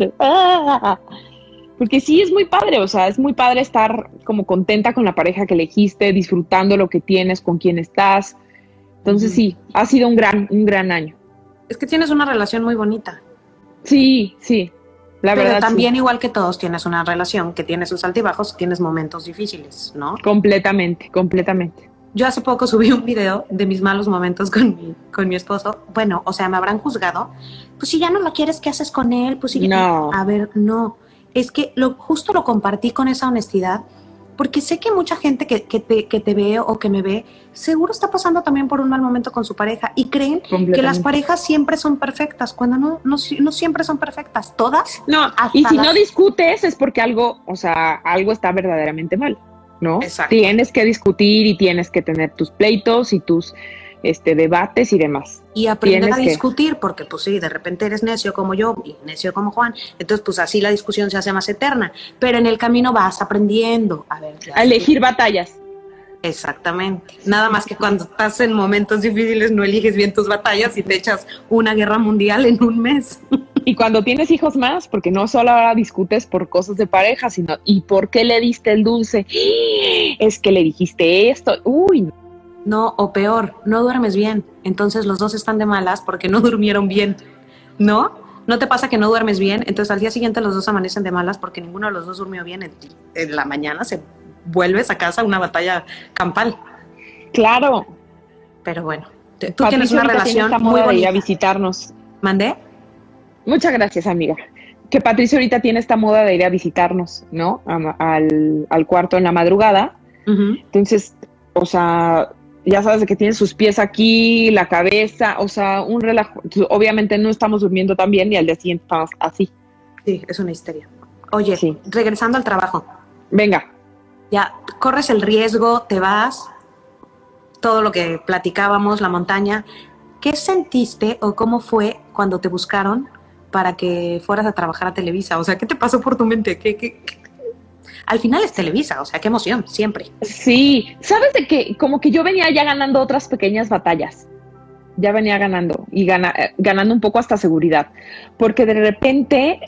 porque sí es muy padre, o sea, es muy padre estar como contenta con la pareja que elegiste, disfrutando lo que tienes, con quién estás. Entonces sí, ha sido un gran año. Es que tienes una relación muy bonita. Sí, la Pero verdad también, sí. igual que todos, tienes una relación que tiene sus altibajos, tienes momentos difíciles, ¿no? Completamente. Yo hace poco subí un video de mis malos momentos con mi esposo. Bueno, o sea, me habrán juzgado. Pues si ya no lo quieres, ¿qué haces con él? Pues si ya... No. A ver, no. Es que justo lo compartí con esa honestidad porque sé que mucha gente que te ve o que me ve, seguro está pasando también por un mal momento con su pareja y creen que las parejas siempre son perfectas, cuando no siempre son perfectas, todas. No, y si no discutes es porque algo, o sea, algo está verdaderamente mal, ¿no? Exacto. Tienes que discutir y tienes que tener tus pleitos y tus debates y demás. Y aprender a discutir, porque pues sí, de repente eres necio como yo y necio como Juan, entonces pues así la discusión se hace más eterna, pero en el camino vas aprendiendo a elegir batallas. Exactamente, nada más que cuando estás en momentos difíciles no eliges bien tus batallas y te echas una guerra mundial en un mes. Y cuando tienes hijos más, porque no solo ahora discutes por cosas de pareja, sino ¿y por qué le diste el dulce? Es que le dijiste esto, uy. No, o peor, no duermes bien. Entonces los dos están de malas porque no durmieron bien. ¿No? ¿No te pasa que no duermes bien? Entonces al día siguiente los dos amanecen de malas porque ninguno de los dos durmió bien. En la mañana se vuelves a casa una batalla campal. Claro. Pero bueno, tú tienes una relación muy bonita. De ir a visitarnos. ¿Mandé? Muchas gracias, amiga. Que Patricia ahorita tiene esta moda de ir a visitarnos, ¿no? Al cuarto en la madrugada. Uh-huh. Entonces, o sea, ya sabes de que tiene sus pies aquí, la cabeza, o sea, un relajo. Obviamente no estamos durmiendo tan bien y al día siguiente estamos así. Sí, es una histeria. Oye, sí. Regresando al trabajo. Venga. Ya, corres el riesgo, te vas, todo lo que platicábamos, la montaña. ¿Qué sentiste o cómo fue cuando te buscaron para que fueras a trabajar a Televisa? O sea, ¿qué te pasó por tu mente? ¿Qué? Al final es Televisa, o sea, qué emoción, siempre. Sí, sabes de que como que yo venía ya ganando otras pequeñas batallas, ya venía ganando y ganando un poco hasta seguridad, porque de repente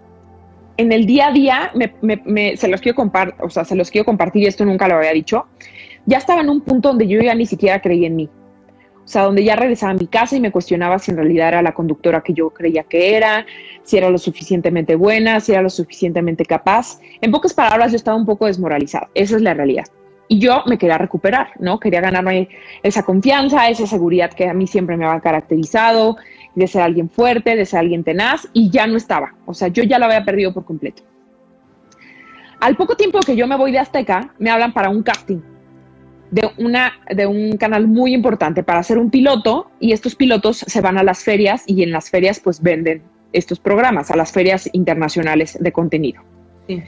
en el día a día se los quiero compartir y esto nunca lo había dicho, ya estaba en un punto donde yo ya ni siquiera creí en mí. O sea, donde ya regresaba a mi casa y me cuestionaba si en realidad era la conductora que yo creía que era, si era lo suficientemente buena, si era lo suficientemente capaz. En pocas palabras, yo estaba un poco desmoralizada. Esa es la realidad. Y yo me quería recuperar, ¿no? Quería ganarme esa confianza, esa seguridad que a mí siempre me había caracterizado, de ser alguien fuerte, de ser alguien tenaz, y ya no estaba. O sea, yo ya lo había perdido por completo. Al poco tiempo que yo me voy de Azteca, me hablan para un casting de un canal muy importante para hacer un piloto, y estos pilotos se van a las ferias y en las ferias pues venden estos programas, a las ferias internacionales de contenido. Sí.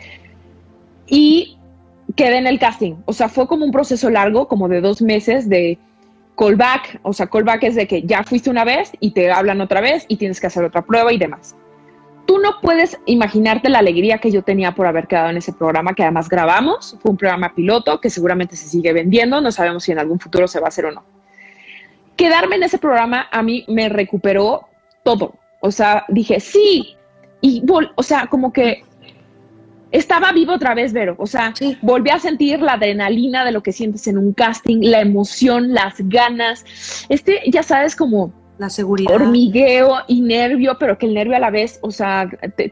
Y quedé en el casting. O sea, fue como un proceso largo, como de 2 meses de callback. O sea, callback es de que ya fuiste una vez y te hablan otra vez y tienes que hacer otra prueba y demás. Tú no puedes imaginarte la alegría que yo tenía por haber quedado en ese programa, que además grabamos. Fue un programa piloto que seguramente se sigue vendiendo. No sabemos si en algún futuro se va a hacer o no. Quedarme en ese programa a mí me recuperó todo. O sea, dije, sí. Y, o sea, como que estaba vivo otra vez, Vero. O sea, sí. Volví a sentir la adrenalina de lo que sientes en un casting, la emoción, las ganas. Ya sabes, como la seguridad, hormigueo y nervio, pero que el nervio a la vez, o sea,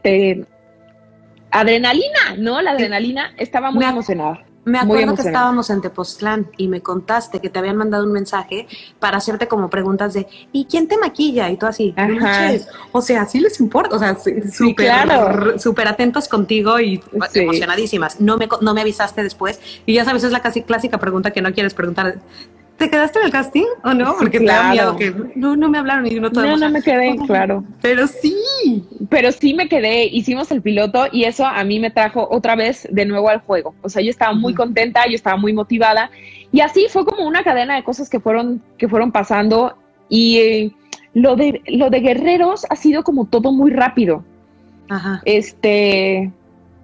adrenalina, ¿no? La adrenalina, estaba muy emocionada. Me acuerdo que estábamos en Tepoztlán y me contaste que te habían mandado un mensaje para hacerte como preguntas de ¿y quién te maquilla? Y tú así, o sea, sí les importa, o sea, súper atentos contigo y emocionadísimas. No me avisaste después y ya sabes, es la casi clásica pregunta que no quieres preguntar. ¿Te quedaste en el casting o no? Porque te da miedo que no me hablaron y no todo. No me quedé, claro. Pero sí me quedé, hicimos el piloto y eso a mmí me trajo otra vez de nuevo al juego. O sea, yo estaba muy contenta, yo estaba muy motivada y así fue como una cadena de cosas que fueron pasando y lo de Guerreros ha sido como todo muy rápido. Ajá. Es que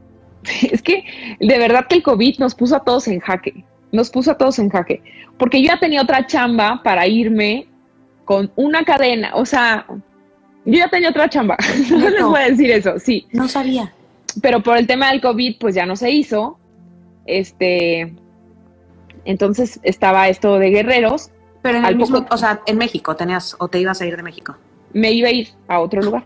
de verdad que el COVID nos puso a todos en jaque. Porque yo ya tenía otra chamba para irme con una cadena, o sea, yo ya tenía otra chamba, no les voy a decir eso, sí. No sabía. Pero por el tema del COVID, pues ya no se hizo, entonces estaba esto de Guerreros. Pero en el mismo, o sea, en México tenías, o te ibas a ir de México. Me iba a ir a otro lugar,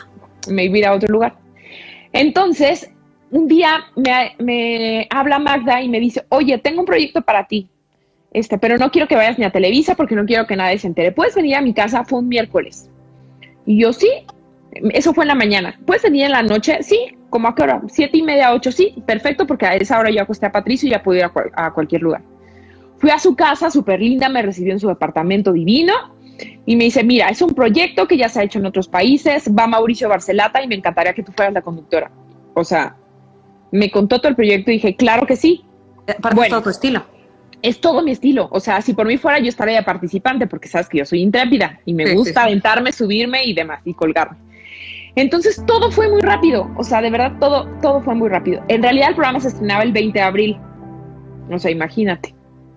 Entonces, un día me habla Magda y me dice, oye, tengo un proyecto para ti, pero no quiero que vayas ni a Televisa porque no quiero que nadie se entere. ¿Puedes venir a mi casa? Fue un miércoles. Y yo sí. Eso fue en la mañana. ¿Puedes venir en la noche? Sí. ¿Cómo a qué hora? 7:30, 8, sí. Perfecto, porque a esa hora yo acosté a Patricio y ya pude ir a cualquier lugar. Fui a su casa, súper linda, me recibió en su departamento divino y me dice, mira, es un proyecto que ya se ha hecho en otros países, va Mauricio Barcelata y me encantaría que tú fueras la conductora. O sea, me contó todo el proyecto y dije, claro que sí. Aparte es todo tu estilo. Es todo mi estilo. O sea, si por mí fuera, yo estaría participante porque sabes que yo soy intrépida y me gusta aventarme, subirme y demás y colgarme. Entonces todo fue muy rápido. O sea, de verdad, todo fue muy rápido. En realidad el programa se estrenaba el 20 de abril. O sea, imagínate.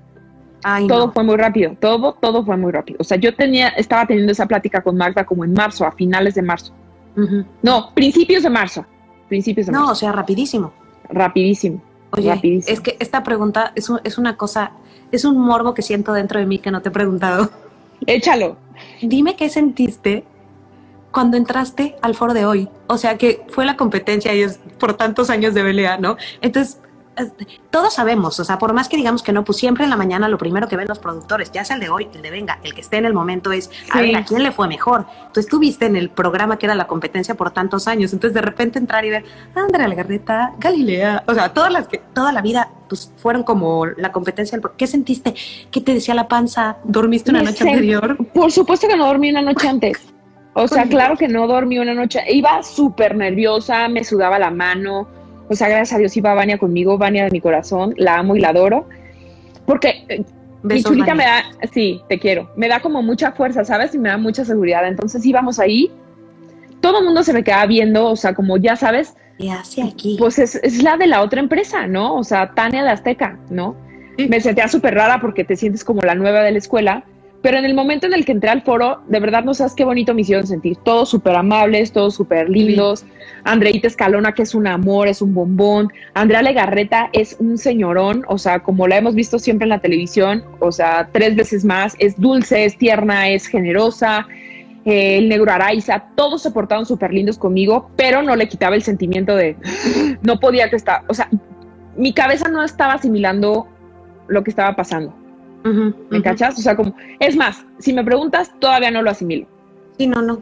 Ay, todo fue muy rápido, todo fue muy rápido. O sea, yo estaba teniendo esa plática con Magda como en marzo, a finales de marzo. No, principios de marzo. No, o sea, rapidísimo. Rapidísimo. Oye, rapidísimo. es que esta pregunta es una cosa, es un morbo que siento dentro de mí que no te he preguntado. Échalo. Dime qué sentiste cuando entraste al foro de hoy. O sea, que fue la competencia y es por tantos años de pelea, ¿no? Entonces, todos sabemos, o sea, por más que digamos que no, pues siempre en la mañana lo primero que ven los productores, ya sea el de hoy, el de venga, el que esté en el momento es, a ver, ¿a quién le fue mejor? Entonces tú viste en el programa que era la competencia por tantos años, entonces de repente entrar y ver, Andrea Legarreta, Galilea, o sea, todas las que toda la vida pues fueron como la competencia. ¿Qué sentiste? ¿Qué te decía la panza? ¿Dormiste una noche anterior? Por supuesto que no dormí una noche antes. O sea, claro que no dormí una noche. Iba súper nerviosa, me sudaba la mano. O sea, gracias a Dios iba Vania conmigo, Vania de mi corazón, la amo y la adoro. Porque mi chulita me da, sí, te quiero, me da como mucha fuerza, ¿sabes? Y me da mucha seguridad. Entonces íbamos ahí, todo el mundo se me quedaba viendo, o sea, como ya sabes. ¿Qué hace aquí? Pues es la de la otra empresa, ¿no? O sea, Tania de Azteca, ¿no? Sí. Me sentía súper rara porque te sientes como la nueva de la escuela. Pero en el momento en el que entré al foro, de verdad no sabes qué bonito me hicieron sentir. Todos súper amables, todos súper lindos. Sí. Andreita Escalona, que es un amor, es un bombón. Andrea Legarreta es un señorón, o sea, como la hemos visto siempre en la televisión, o sea, 3 veces más. Es dulce, es tierna, es generosa. El negro Araiza, todos se portaron súper lindos conmigo, pero no le quitaba el sentimiento de no podía que estaba. O sea, mi cabeza no estaba asimilando lo que estaba pasando. ¿Me cachas? O sea, como, es más, si me preguntas, todavía no lo asimilo. Sí, no.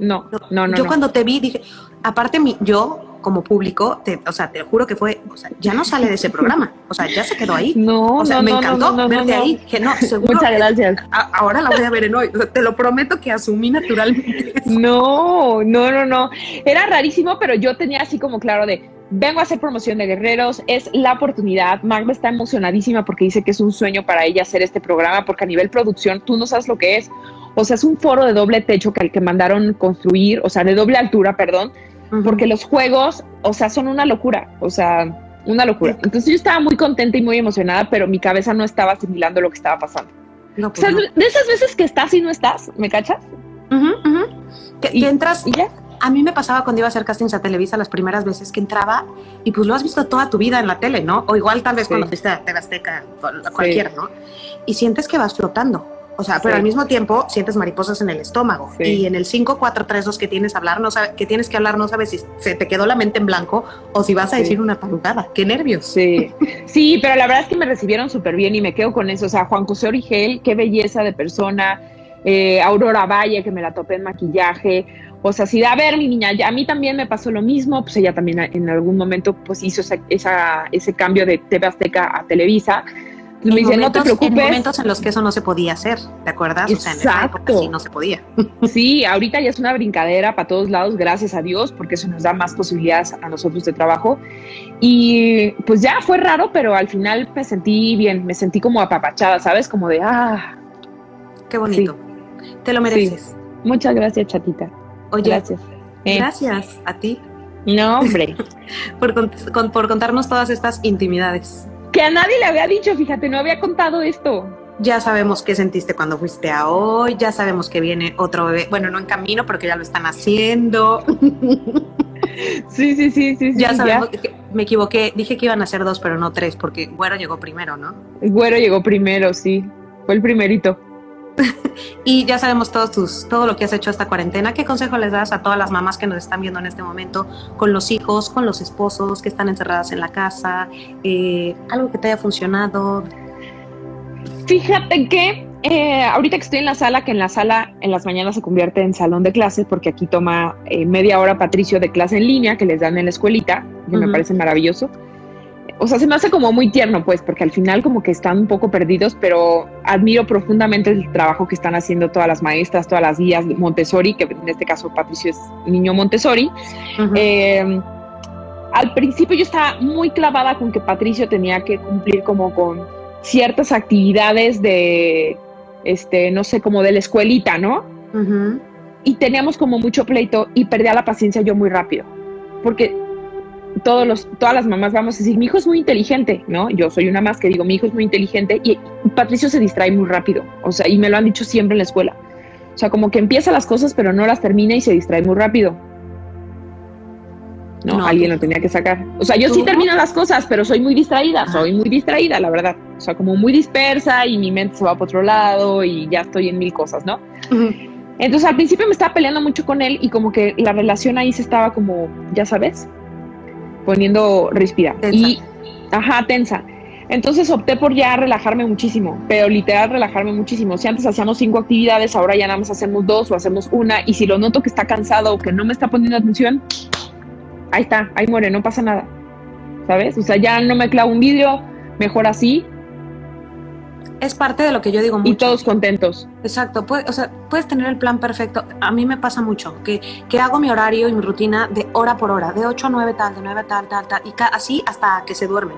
Yo cuando te vi dije, aparte yo como público, te juro que fue, o sea, ya no sale de ese programa, o sea, ya se quedó ahí. Me encantó verte ahí. Que no, seguro. Muchas gracias. Ahora la voy a ver en hoy. O sea, te lo prometo que asumí naturalmente eso. No. Era rarísimo, pero yo tenía así como claro de, vengo a hacer promoción de Guerreros, es la oportunidad. Magda está emocionadísima porque dice que es un sueño para ella hacer este programa, porque a nivel producción tú no sabes lo que es. O sea, es un foro de doble techo que mandaron construir, o sea, de doble altura, perdón, porque los juegos, o sea, son una locura, o sea, una locura. Entonces yo estaba muy contenta y muy emocionada, pero mi cabeza no estaba asimilando lo que estaba pasando. No, pues o sea, de esas veces que estás y no estás, ¿me cachas? Que entras y ya. A mí me pasaba cuando iba a hacer castings a Televisa las primeras veces que entraba y pues lo has visto toda tu vida en la tele, ¿no? O igual tal vez cuando fuiste a TV Azteca, cualquiera, ¿no? Y sientes que vas flotando. O sea, pero al mismo tiempo sientes mariposas en el estómago. Y en el 5, 4, 3, 2 que tienes que hablar, no sabes si se te quedó la mente en blanco o si vas a decir una tarugada. ¡Qué nervios! Sí, pero la verdad es que me recibieron súper bien y me quedo con eso. O sea, Juan José Origel, qué belleza de persona. Aurora Valle, que me la topé en maquillaje. O sea, si a ver, mi niña, a mí también me pasó lo mismo, pues ella también en algún momento pues hizo ese cambio de TV Azteca a Televisa. Me dice, no te preocupes. En momentos en los que eso no se podía hacer, ¿te acuerdas? Exacto. O sea, en esa época sí no se podía. Sí, ahorita ya es una brincadera para todos lados, gracias a Dios, porque eso nos da más posibilidades a nosotros de trabajo. Y pues ya fue raro, pero al final me sentí bien, me sentí como apapachada, ¿sabes? Como de, qué bonito. Sí. Te lo mereces. Sí. Muchas gracias, chatita. Oye, gracias. Gracias a ti. No, hombre. por contarnos todas estas intimidades. Que a nadie le había dicho, fíjate, no había contado esto. Ya sabemos qué sentiste cuando fuiste a hoy, ya sabemos que viene otro bebé, bueno, no en camino, pero que ya lo están haciendo. Sí. Ya sabemos, que me equivoqué, dije que iban a ser 2, pero no 3, porque Güero llegó primero, ¿no? Güero llegó primero, sí, fue el primerito. Y ya sabemos todo lo que has hecho esta cuarentena. ¿Qué consejo les das a todas las mamás que nos están viendo en este momento, con los hijos, con los esposos que están encerradas en la casa? Algo que te haya funcionado. Fíjate que Ahorita que estoy en la sala, que en la sala en las mañanas se convierte en salón de clases, porque aquí toma media hora Patricio de clase en línea que les dan en la escuelita, que me parece maravilloso. O sea, se me hace como muy tierno, pues, porque al final como que están un poco perdidos, pero admiro profundamente el trabajo que están haciendo todas las maestras, todas las guías de Montessori, que en este caso Patricio es niño Montessori. Al principio yo estaba muy clavada con que Patricio tenía que cumplir como con ciertas actividades de, no sé, como de la escuelita, ¿no? Y teníamos como mucho pleito y perdía la paciencia yo muy rápido, porque todas las mamás vamos a decir, mi hijo es muy inteligente, ¿no? Yo soy una más que digo, mi hijo es muy inteligente, y Patricio se distrae muy rápido, o sea, y me lo han dicho siempre en la escuela. O sea, como que empieza las cosas, pero no las termina y se distrae muy rápido. No, alguien lo tenía que sacar. O sea, yo sí termino las cosas, pero soy muy distraída, la verdad. O sea, como muy dispersa y mi mente se va para otro lado y ya estoy en mil cosas, ¿no? Entonces, al principio me estaba peleando mucho con él y como que la relación ahí se estaba como, ya sabes, poniendo ríspida. Tensa. Entonces opté por ya relajarme muchísimo, pero literal relajarme muchísimo. Si antes hacíamos 5 actividades, ahora ya nada más hacemos 2 o hacemos 1, y si lo noto que está cansado o que no me está poniendo atención, ahí está, ahí muere, no pasa nada, ¿sabes? O sea, ya no me clavo un vidrio, mejor así. Es parte de lo que yo digo mucho. Y todos contentos. Exacto, puedes tener el plan perfecto. A mí me pasa mucho que hago mi horario y mi rutina de hora por hora, de 8 a 9 tal, de 9 a tal, y así hasta que se duermen.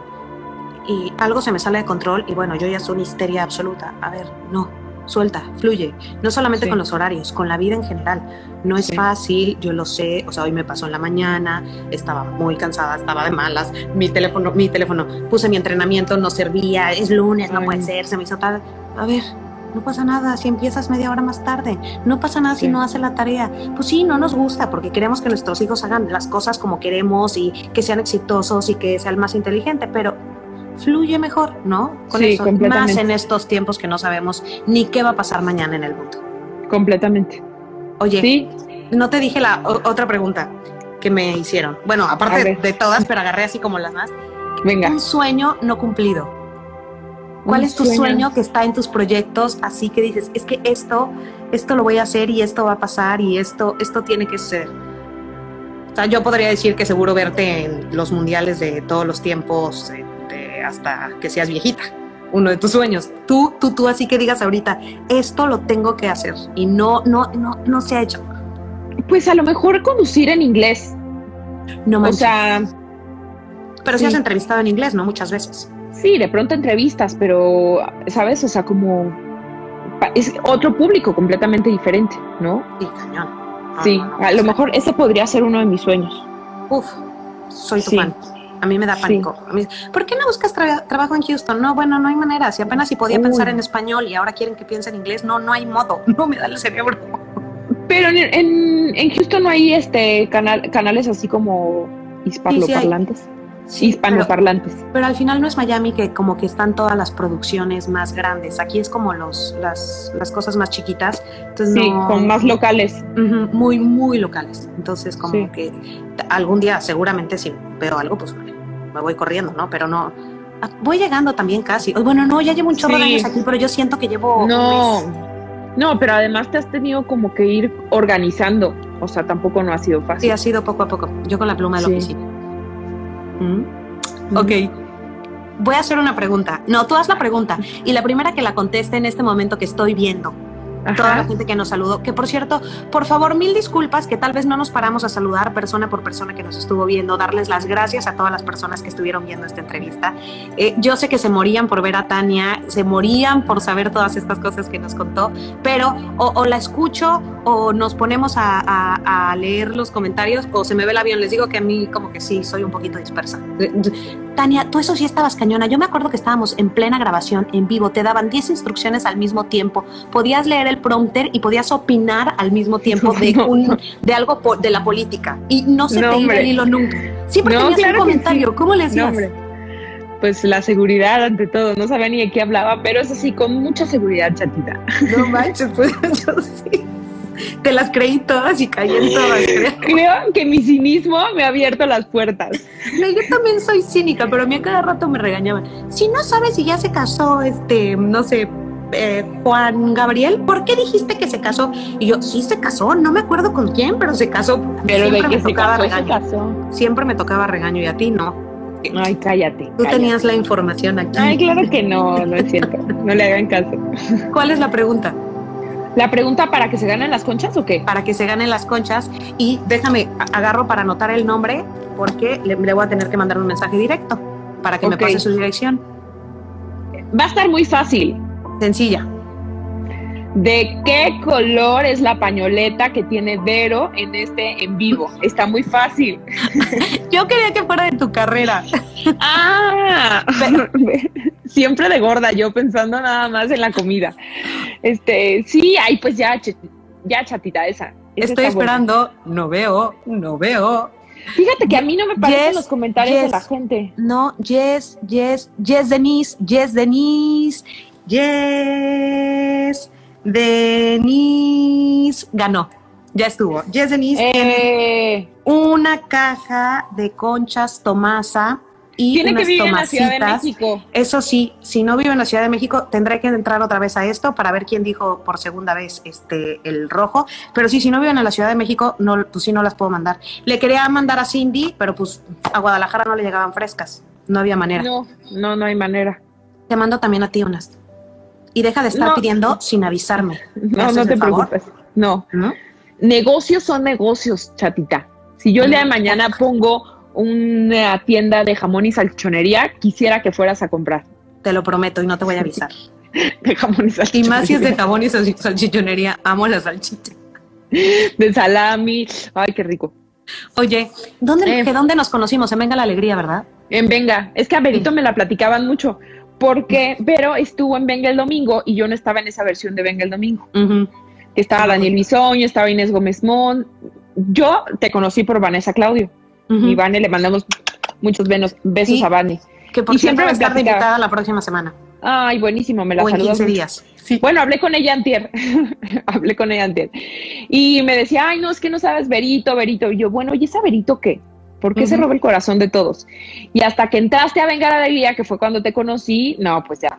Y algo se me sale de control y bueno, yo ya soy una histeria absoluta. A ver, no, suelta, fluye. No solamente con los horarios, con la vida en general. No es fácil, yo lo sé. O sea, hoy me pasó en la mañana, estaba muy cansada, estaba de malas. Mi teléfono, puse mi entrenamiento, no servía, es lunes, no puede ser, se me hizo tarde. A ver, no pasa nada si empiezas media hora más tarde. No pasa nada si no haces la tarea. Pues sí, no nos gusta porque queremos que nuestros hijos hagan las cosas como queremos y que sean exitosos y que sea el más inteligente, pero fluye mejor, ¿no? Con eso, más en estos tiempos que no sabemos ni qué va a pasar mañana en el mundo. Completamente. Oye, no te dije la otra pregunta que me hicieron. Bueno, aparte de todas, pero agarré así como las más. Venga. Un sueño no cumplido. ¿Cuál es tu sueño que está en tus proyectos? Así que dices, es que esto lo voy a hacer y esto va a pasar y esto tiene que ser. O sea, yo podría decir que seguro verte en los mundiales de todos los tiempos, hasta que seas viejita. Uno de tus sueños. Tú así que digas ahorita, esto lo tengo que hacer y no se ha hecho. Pues a lo mejor conducir en inglés. No manches. O sea, pero sí has entrevistado en inglés, ¿no? Muchas veces. Sí, de pronto entrevistas, pero, ¿sabes? O sea, como es otro público completamente diferente, ¿no? Sí, cañón. Sí, a lo mejor ese podría ser uno de mis sueños. Uf, soy tu fan. A mí me da pánico. ¿Por qué no buscas trabajo en Houston? No, bueno, no hay manera. Si apenas podía pensar en español y ahora quieren que piense en inglés, no hay modo. No me da el cerebro. Pero en Houston no hay canales así como hispanoparlantes. Sí, hispanoparlantes. Pero al final no es Miami, que como que están todas las producciones más grandes. Aquí es como las cosas más chiquitas. Entonces con más locales. Muy, muy locales. Entonces como que algún día seguramente si veo algo, pues me voy corriendo, ¿no? Pero no, voy llegando también casi. Bueno, no, ya llevo un chorro de años aquí, pero yo siento que llevo un mes. No, pero además te has tenido como que ir organizando. O sea, tampoco no ha sido fácil. Sí, ha sido poco a poco. Yo con la pluma de la oficina. Ok. Voy a hacer una pregunta. No, tú haz la pregunta. Y la primera que la conteste en este momento que estoy viendo. Toda la gente que nos saludó, que por cierto, por favor, 1000 disculpas que tal vez no nos paramos a saludar persona por persona que nos estuvo viendo, darles las gracias a todas las personas que estuvieron viendo esta entrevista. Yo sé que se morían por ver a Tania, se morían por saber todas estas cosas que nos contó, pero o la escucho o nos ponemos a leer los comentarios o se me ve el avión. Les digo que a mí como que sí, soy un poquito dispersa. Tania, tú eso sí estabas cañona. Yo me acuerdo que estábamos en plena grabación, en vivo, te daban 10 instrucciones al mismo tiempo, podías leer el prompter y podías opinar al mismo tiempo de algo de la política y no se te iba el hilo nunca. Siempre tenías un comentario. Sí. ¿Cómo le hacías? Pues la seguridad ante todo, no sabía ni de qué hablaba, pero eso sí, con mucha seguridad, chatita. No manches, pues yo sí. Te las creí todas y caí en todas. Creo que mi cinismo me ha abierto las puertas. No, yo también soy cínica, pero a mí a cada rato me regañaban. Si no sabes si ya se casó, no sé, Juan Gabriel, ¿por qué dijiste que se casó? Y yo, sí se casó, no me acuerdo con quién, pero se casó. Pero Siempre de que me se tocaba casó, se regaño. casó. Siempre me tocaba regaño y a ti no. Ay, cállate. Tú cállate. tenías la información aquí. Ay, claro que no, no es cierto. No le hagan caso. ¿Cuál es la pregunta? ¿La pregunta para que se ganen las conchas o qué? Para que se ganen las conchas. Y déjame, agarro para anotar el nombre porque le voy a tener que mandar un mensaje directo para que me Ok. pase su dirección. Va a estar muy fácil. Sencilla. ¿De qué color es la pañoleta que tiene Vero en vivo? Está muy fácil. Yo quería que fuera de tu carrera. Ah, siempre de gorda, yo pensando nada más en la comida. Sí, ay, pues ya chatita, esa Estoy está buena. esperando. No veo. Fíjate que a mí no me parecen Yes, los comentarios de yes. la gente. No, yes, Denise, Denise ganó. Ya estuvo. Yes, Denise tiene una caja de conchas Tomasa y Tiene que unas vivir en la Ciudad de tomasitas. México. Eso sí, si no vive en la Ciudad de México, tendré que entrar otra vez a esto para ver quién dijo por segunda vez el rojo. Pero sí, si no viven en la Ciudad de México, no, pues sí no las puedo mandar. Le quería mandar a Cindy, pero pues a Guadalajara no le llegaban frescas. No había manera. No hay manera. Te mando también a ti unas. Y deja de estar No. pidiendo sin avisarme. ¿Me No, haces no el te favor? preocupes. No. ¿No? Negocios son negocios, chatita. Si yo el día de mañana pongo una tienda de jamón y salchichonería, quisiera que fueras a comprar Te lo prometo y no te voy a avisar. de jamón y Y salchichonería. más si es de jamón y salchichonería. Amo la salchicha. De salami. Ay, qué rico. Oye, ¿dónde nos conocimos? En Venga la Alegría, ¿verdad? En Venga. Es que a Verito me la platicaban mucho, porque Vero estuvo en Venga el domingo y yo no estaba en esa versión de Venga el domingo. Uh-huh. Estaba Daniel Bisoño, estaba Inés Gómez Mont. Yo te conocí por Vanessa Claudio. Uh-huh. Y Vane, le mandamos muchos besos Y a Vane. Que por Y siempre siempre va a me estar de platicaba. invitada la próxima semana. Ay, buenísimo, me la O en saludas 15 mucho. días. Sí. Bueno, hablé con ella antier. Hablé con ella antier. Y me decía, ay, no, es que no sabes Verito. Y yo, bueno, ¿y esa Verito qué? ¿Por qué se roba el corazón de todos? Y hasta que entraste a Venga la Alegría, que fue cuando te conocí, no, pues ya,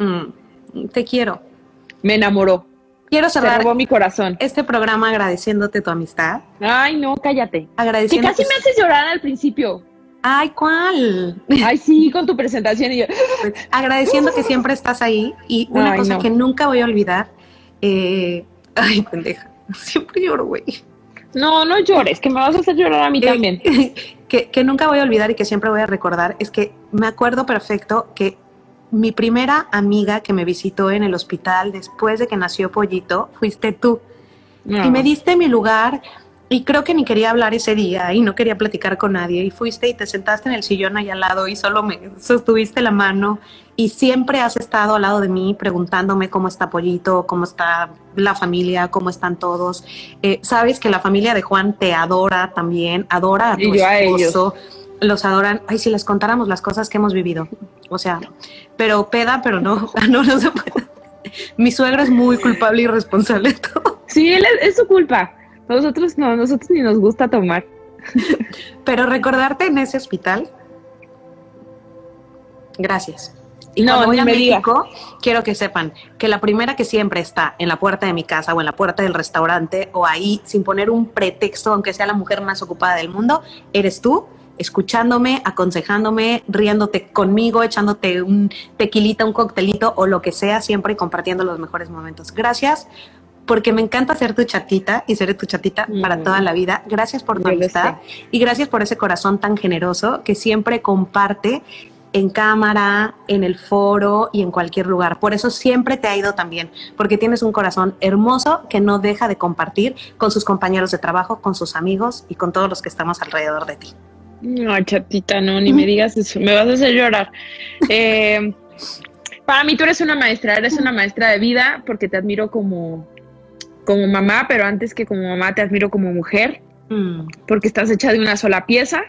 Te quiero. me enamoró. Quiero Se cerrar robó mi corazón. este programa agradeciéndote tu amistad. Ay, no, cállate. Que Agradeciendo casi me haces llorar al principio. Ay, ¿cuál? Ay, sí, con tu presentación. Y yo, Agradeciendo que siempre estás ahí. Y una Ay, cosa no. que nunca voy a olvidar. Ay, pendeja. Siempre lloro, güey. no llores, que me vas a hacer llorar a mí también. Que nunca voy a olvidar y que siempre voy a recordar es que me acuerdo perfecto que mi primera amiga que me visitó en el hospital después de que nació Pollito fuiste tú. No. Y me diste mi lugar y creo que ni quería hablar ese día y no quería platicar con nadie y fuiste y te sentaste en el sillón ahí al lado y solo me sostuviste la mano y siempre has estado al lado de mí preguntándome cómo está Pollito, cómo está la familia, cómo están todos. Sabes que la familia de Juan te adora también, adora a tu Y yo a esposo. Los adoran. Ay, si les contáramos las cosas que hemos vivido. O sea, pero peda, pero no, no se puede. Mi suegro es muy culpable y responsable de todo. Sí, es su culpa. Nosotros no, nosotros ni nos gusta tomar. Pero recordarte en ese hospital, gracias. Y No, cuando voy ni a me México, quiero que sepan que la primera que siempre está en la puerta de mi casa o en la puerta del restaurante o ahí, sin poner un pretexto, aunque sea la mujer más ocupada del mundo, eres tú, escuchándome, aconsejándome, riéndote conmigo, echándote un tequilita, un coctelito o lo que sea, siempre compartiendo los mejores momentos. Gracias, porque me encanta ser tu chatita y seré tu chatita para toda la vida. Gracias por tu Yo lo amistad y gracias por ese corazón tan generoso que siempre comparte en cámara, en el foro y en cualquier lugar. Por eso siempre te ha ido tan bien, porque tienes un corazón hermoso que no deja de compartir con sus compañeros de trabajo, con sus amigos y con todos los que estamos alrededor de ti. No, chatita, no, ni me digas eso, me vas a hacer llorar. Para mí tú eres una maestra de vida porque te admiro como mamá, pero antes que como mamá te admiro como mujer, porque estás hecha de una sola pieza.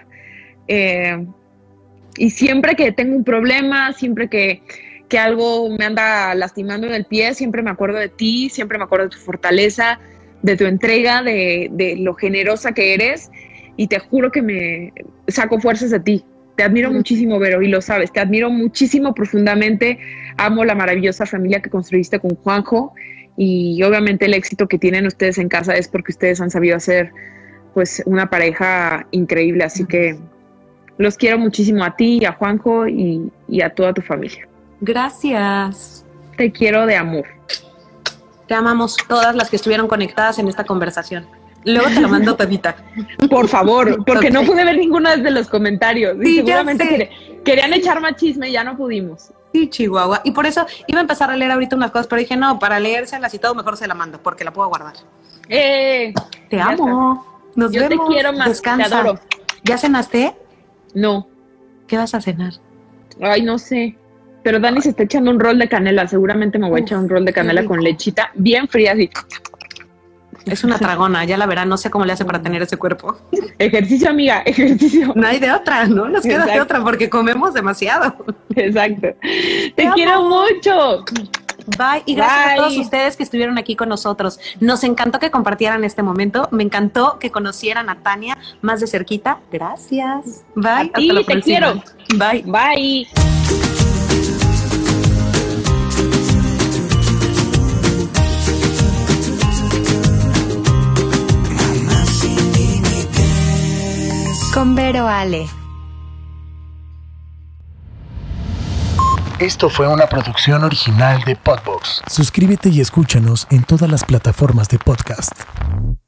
Y siempre que tengo un problema, siempre que algo me anda lastimando en el pie, siempre me acuerdo de ti, siempre me acuerdo de tu fortaleza, de tu entrega, de lo generosa que eres, y te juro que me saco fuerzas de ti. Te admiro muchísimo, Vero, y lo sabes. Te admiro muchísimo profundamente. Amo la maravillosa familia que construiste con Juanjo y obviamente el éxito que tienen ustedes en casa es porque ustedes han sabido hacer pues una pareja increíble. Así que los quiero muchísimo a ti, a Juanjo y a toda tu familia. Gracias. Te quiero de amor. Te amamos todas las que estuvieron conectadas en esta conversación. Luego te lo mando todita. Por favor, porque Ok. no pude ver ninguno de los comentarios. Sí, Y ya seguramente sé. querían echar más chisme y ya no pudimos. Sí, Chihuahua. Y por eso iba a empezar a leer ahorita unas cosas, pero dije, no, para leérselas y todo, mejor se la mando, porque la puedo guardar. Te Te amo. Nos Yo vemos. te quiero más. Descansa. Te adoro. ¿Ya cenaste? No. ¿Qué vas a cenar? Ay, no sé. Pero Dani se está echando un rol de canela. Seguramente me voy a echar un rol de canela rico. con lechita bien fría, así. Es una tragona, ya la verán, no sé cómo le hace para tener ese cuerpo. Ejercicio, amiga, ejercicio. No hay de otra, no nos queda de Exacto. otra porque comemos demasiado. Exacto. Te amo. quiero mucho. Bye y gracias Bye. a todos ustedes que estuvieron aquí con nosotros. Nos encantó que compartieran este momento, me encantó que conocieran a Tania más de cerquita. Gracias. Bye. A ti, la te próxima. quiero. Bye. Bye. Con Vero Ale. Esto fue una producción original de Podbox. Suscríbete y escúchanos en todas las plataformas de podcast.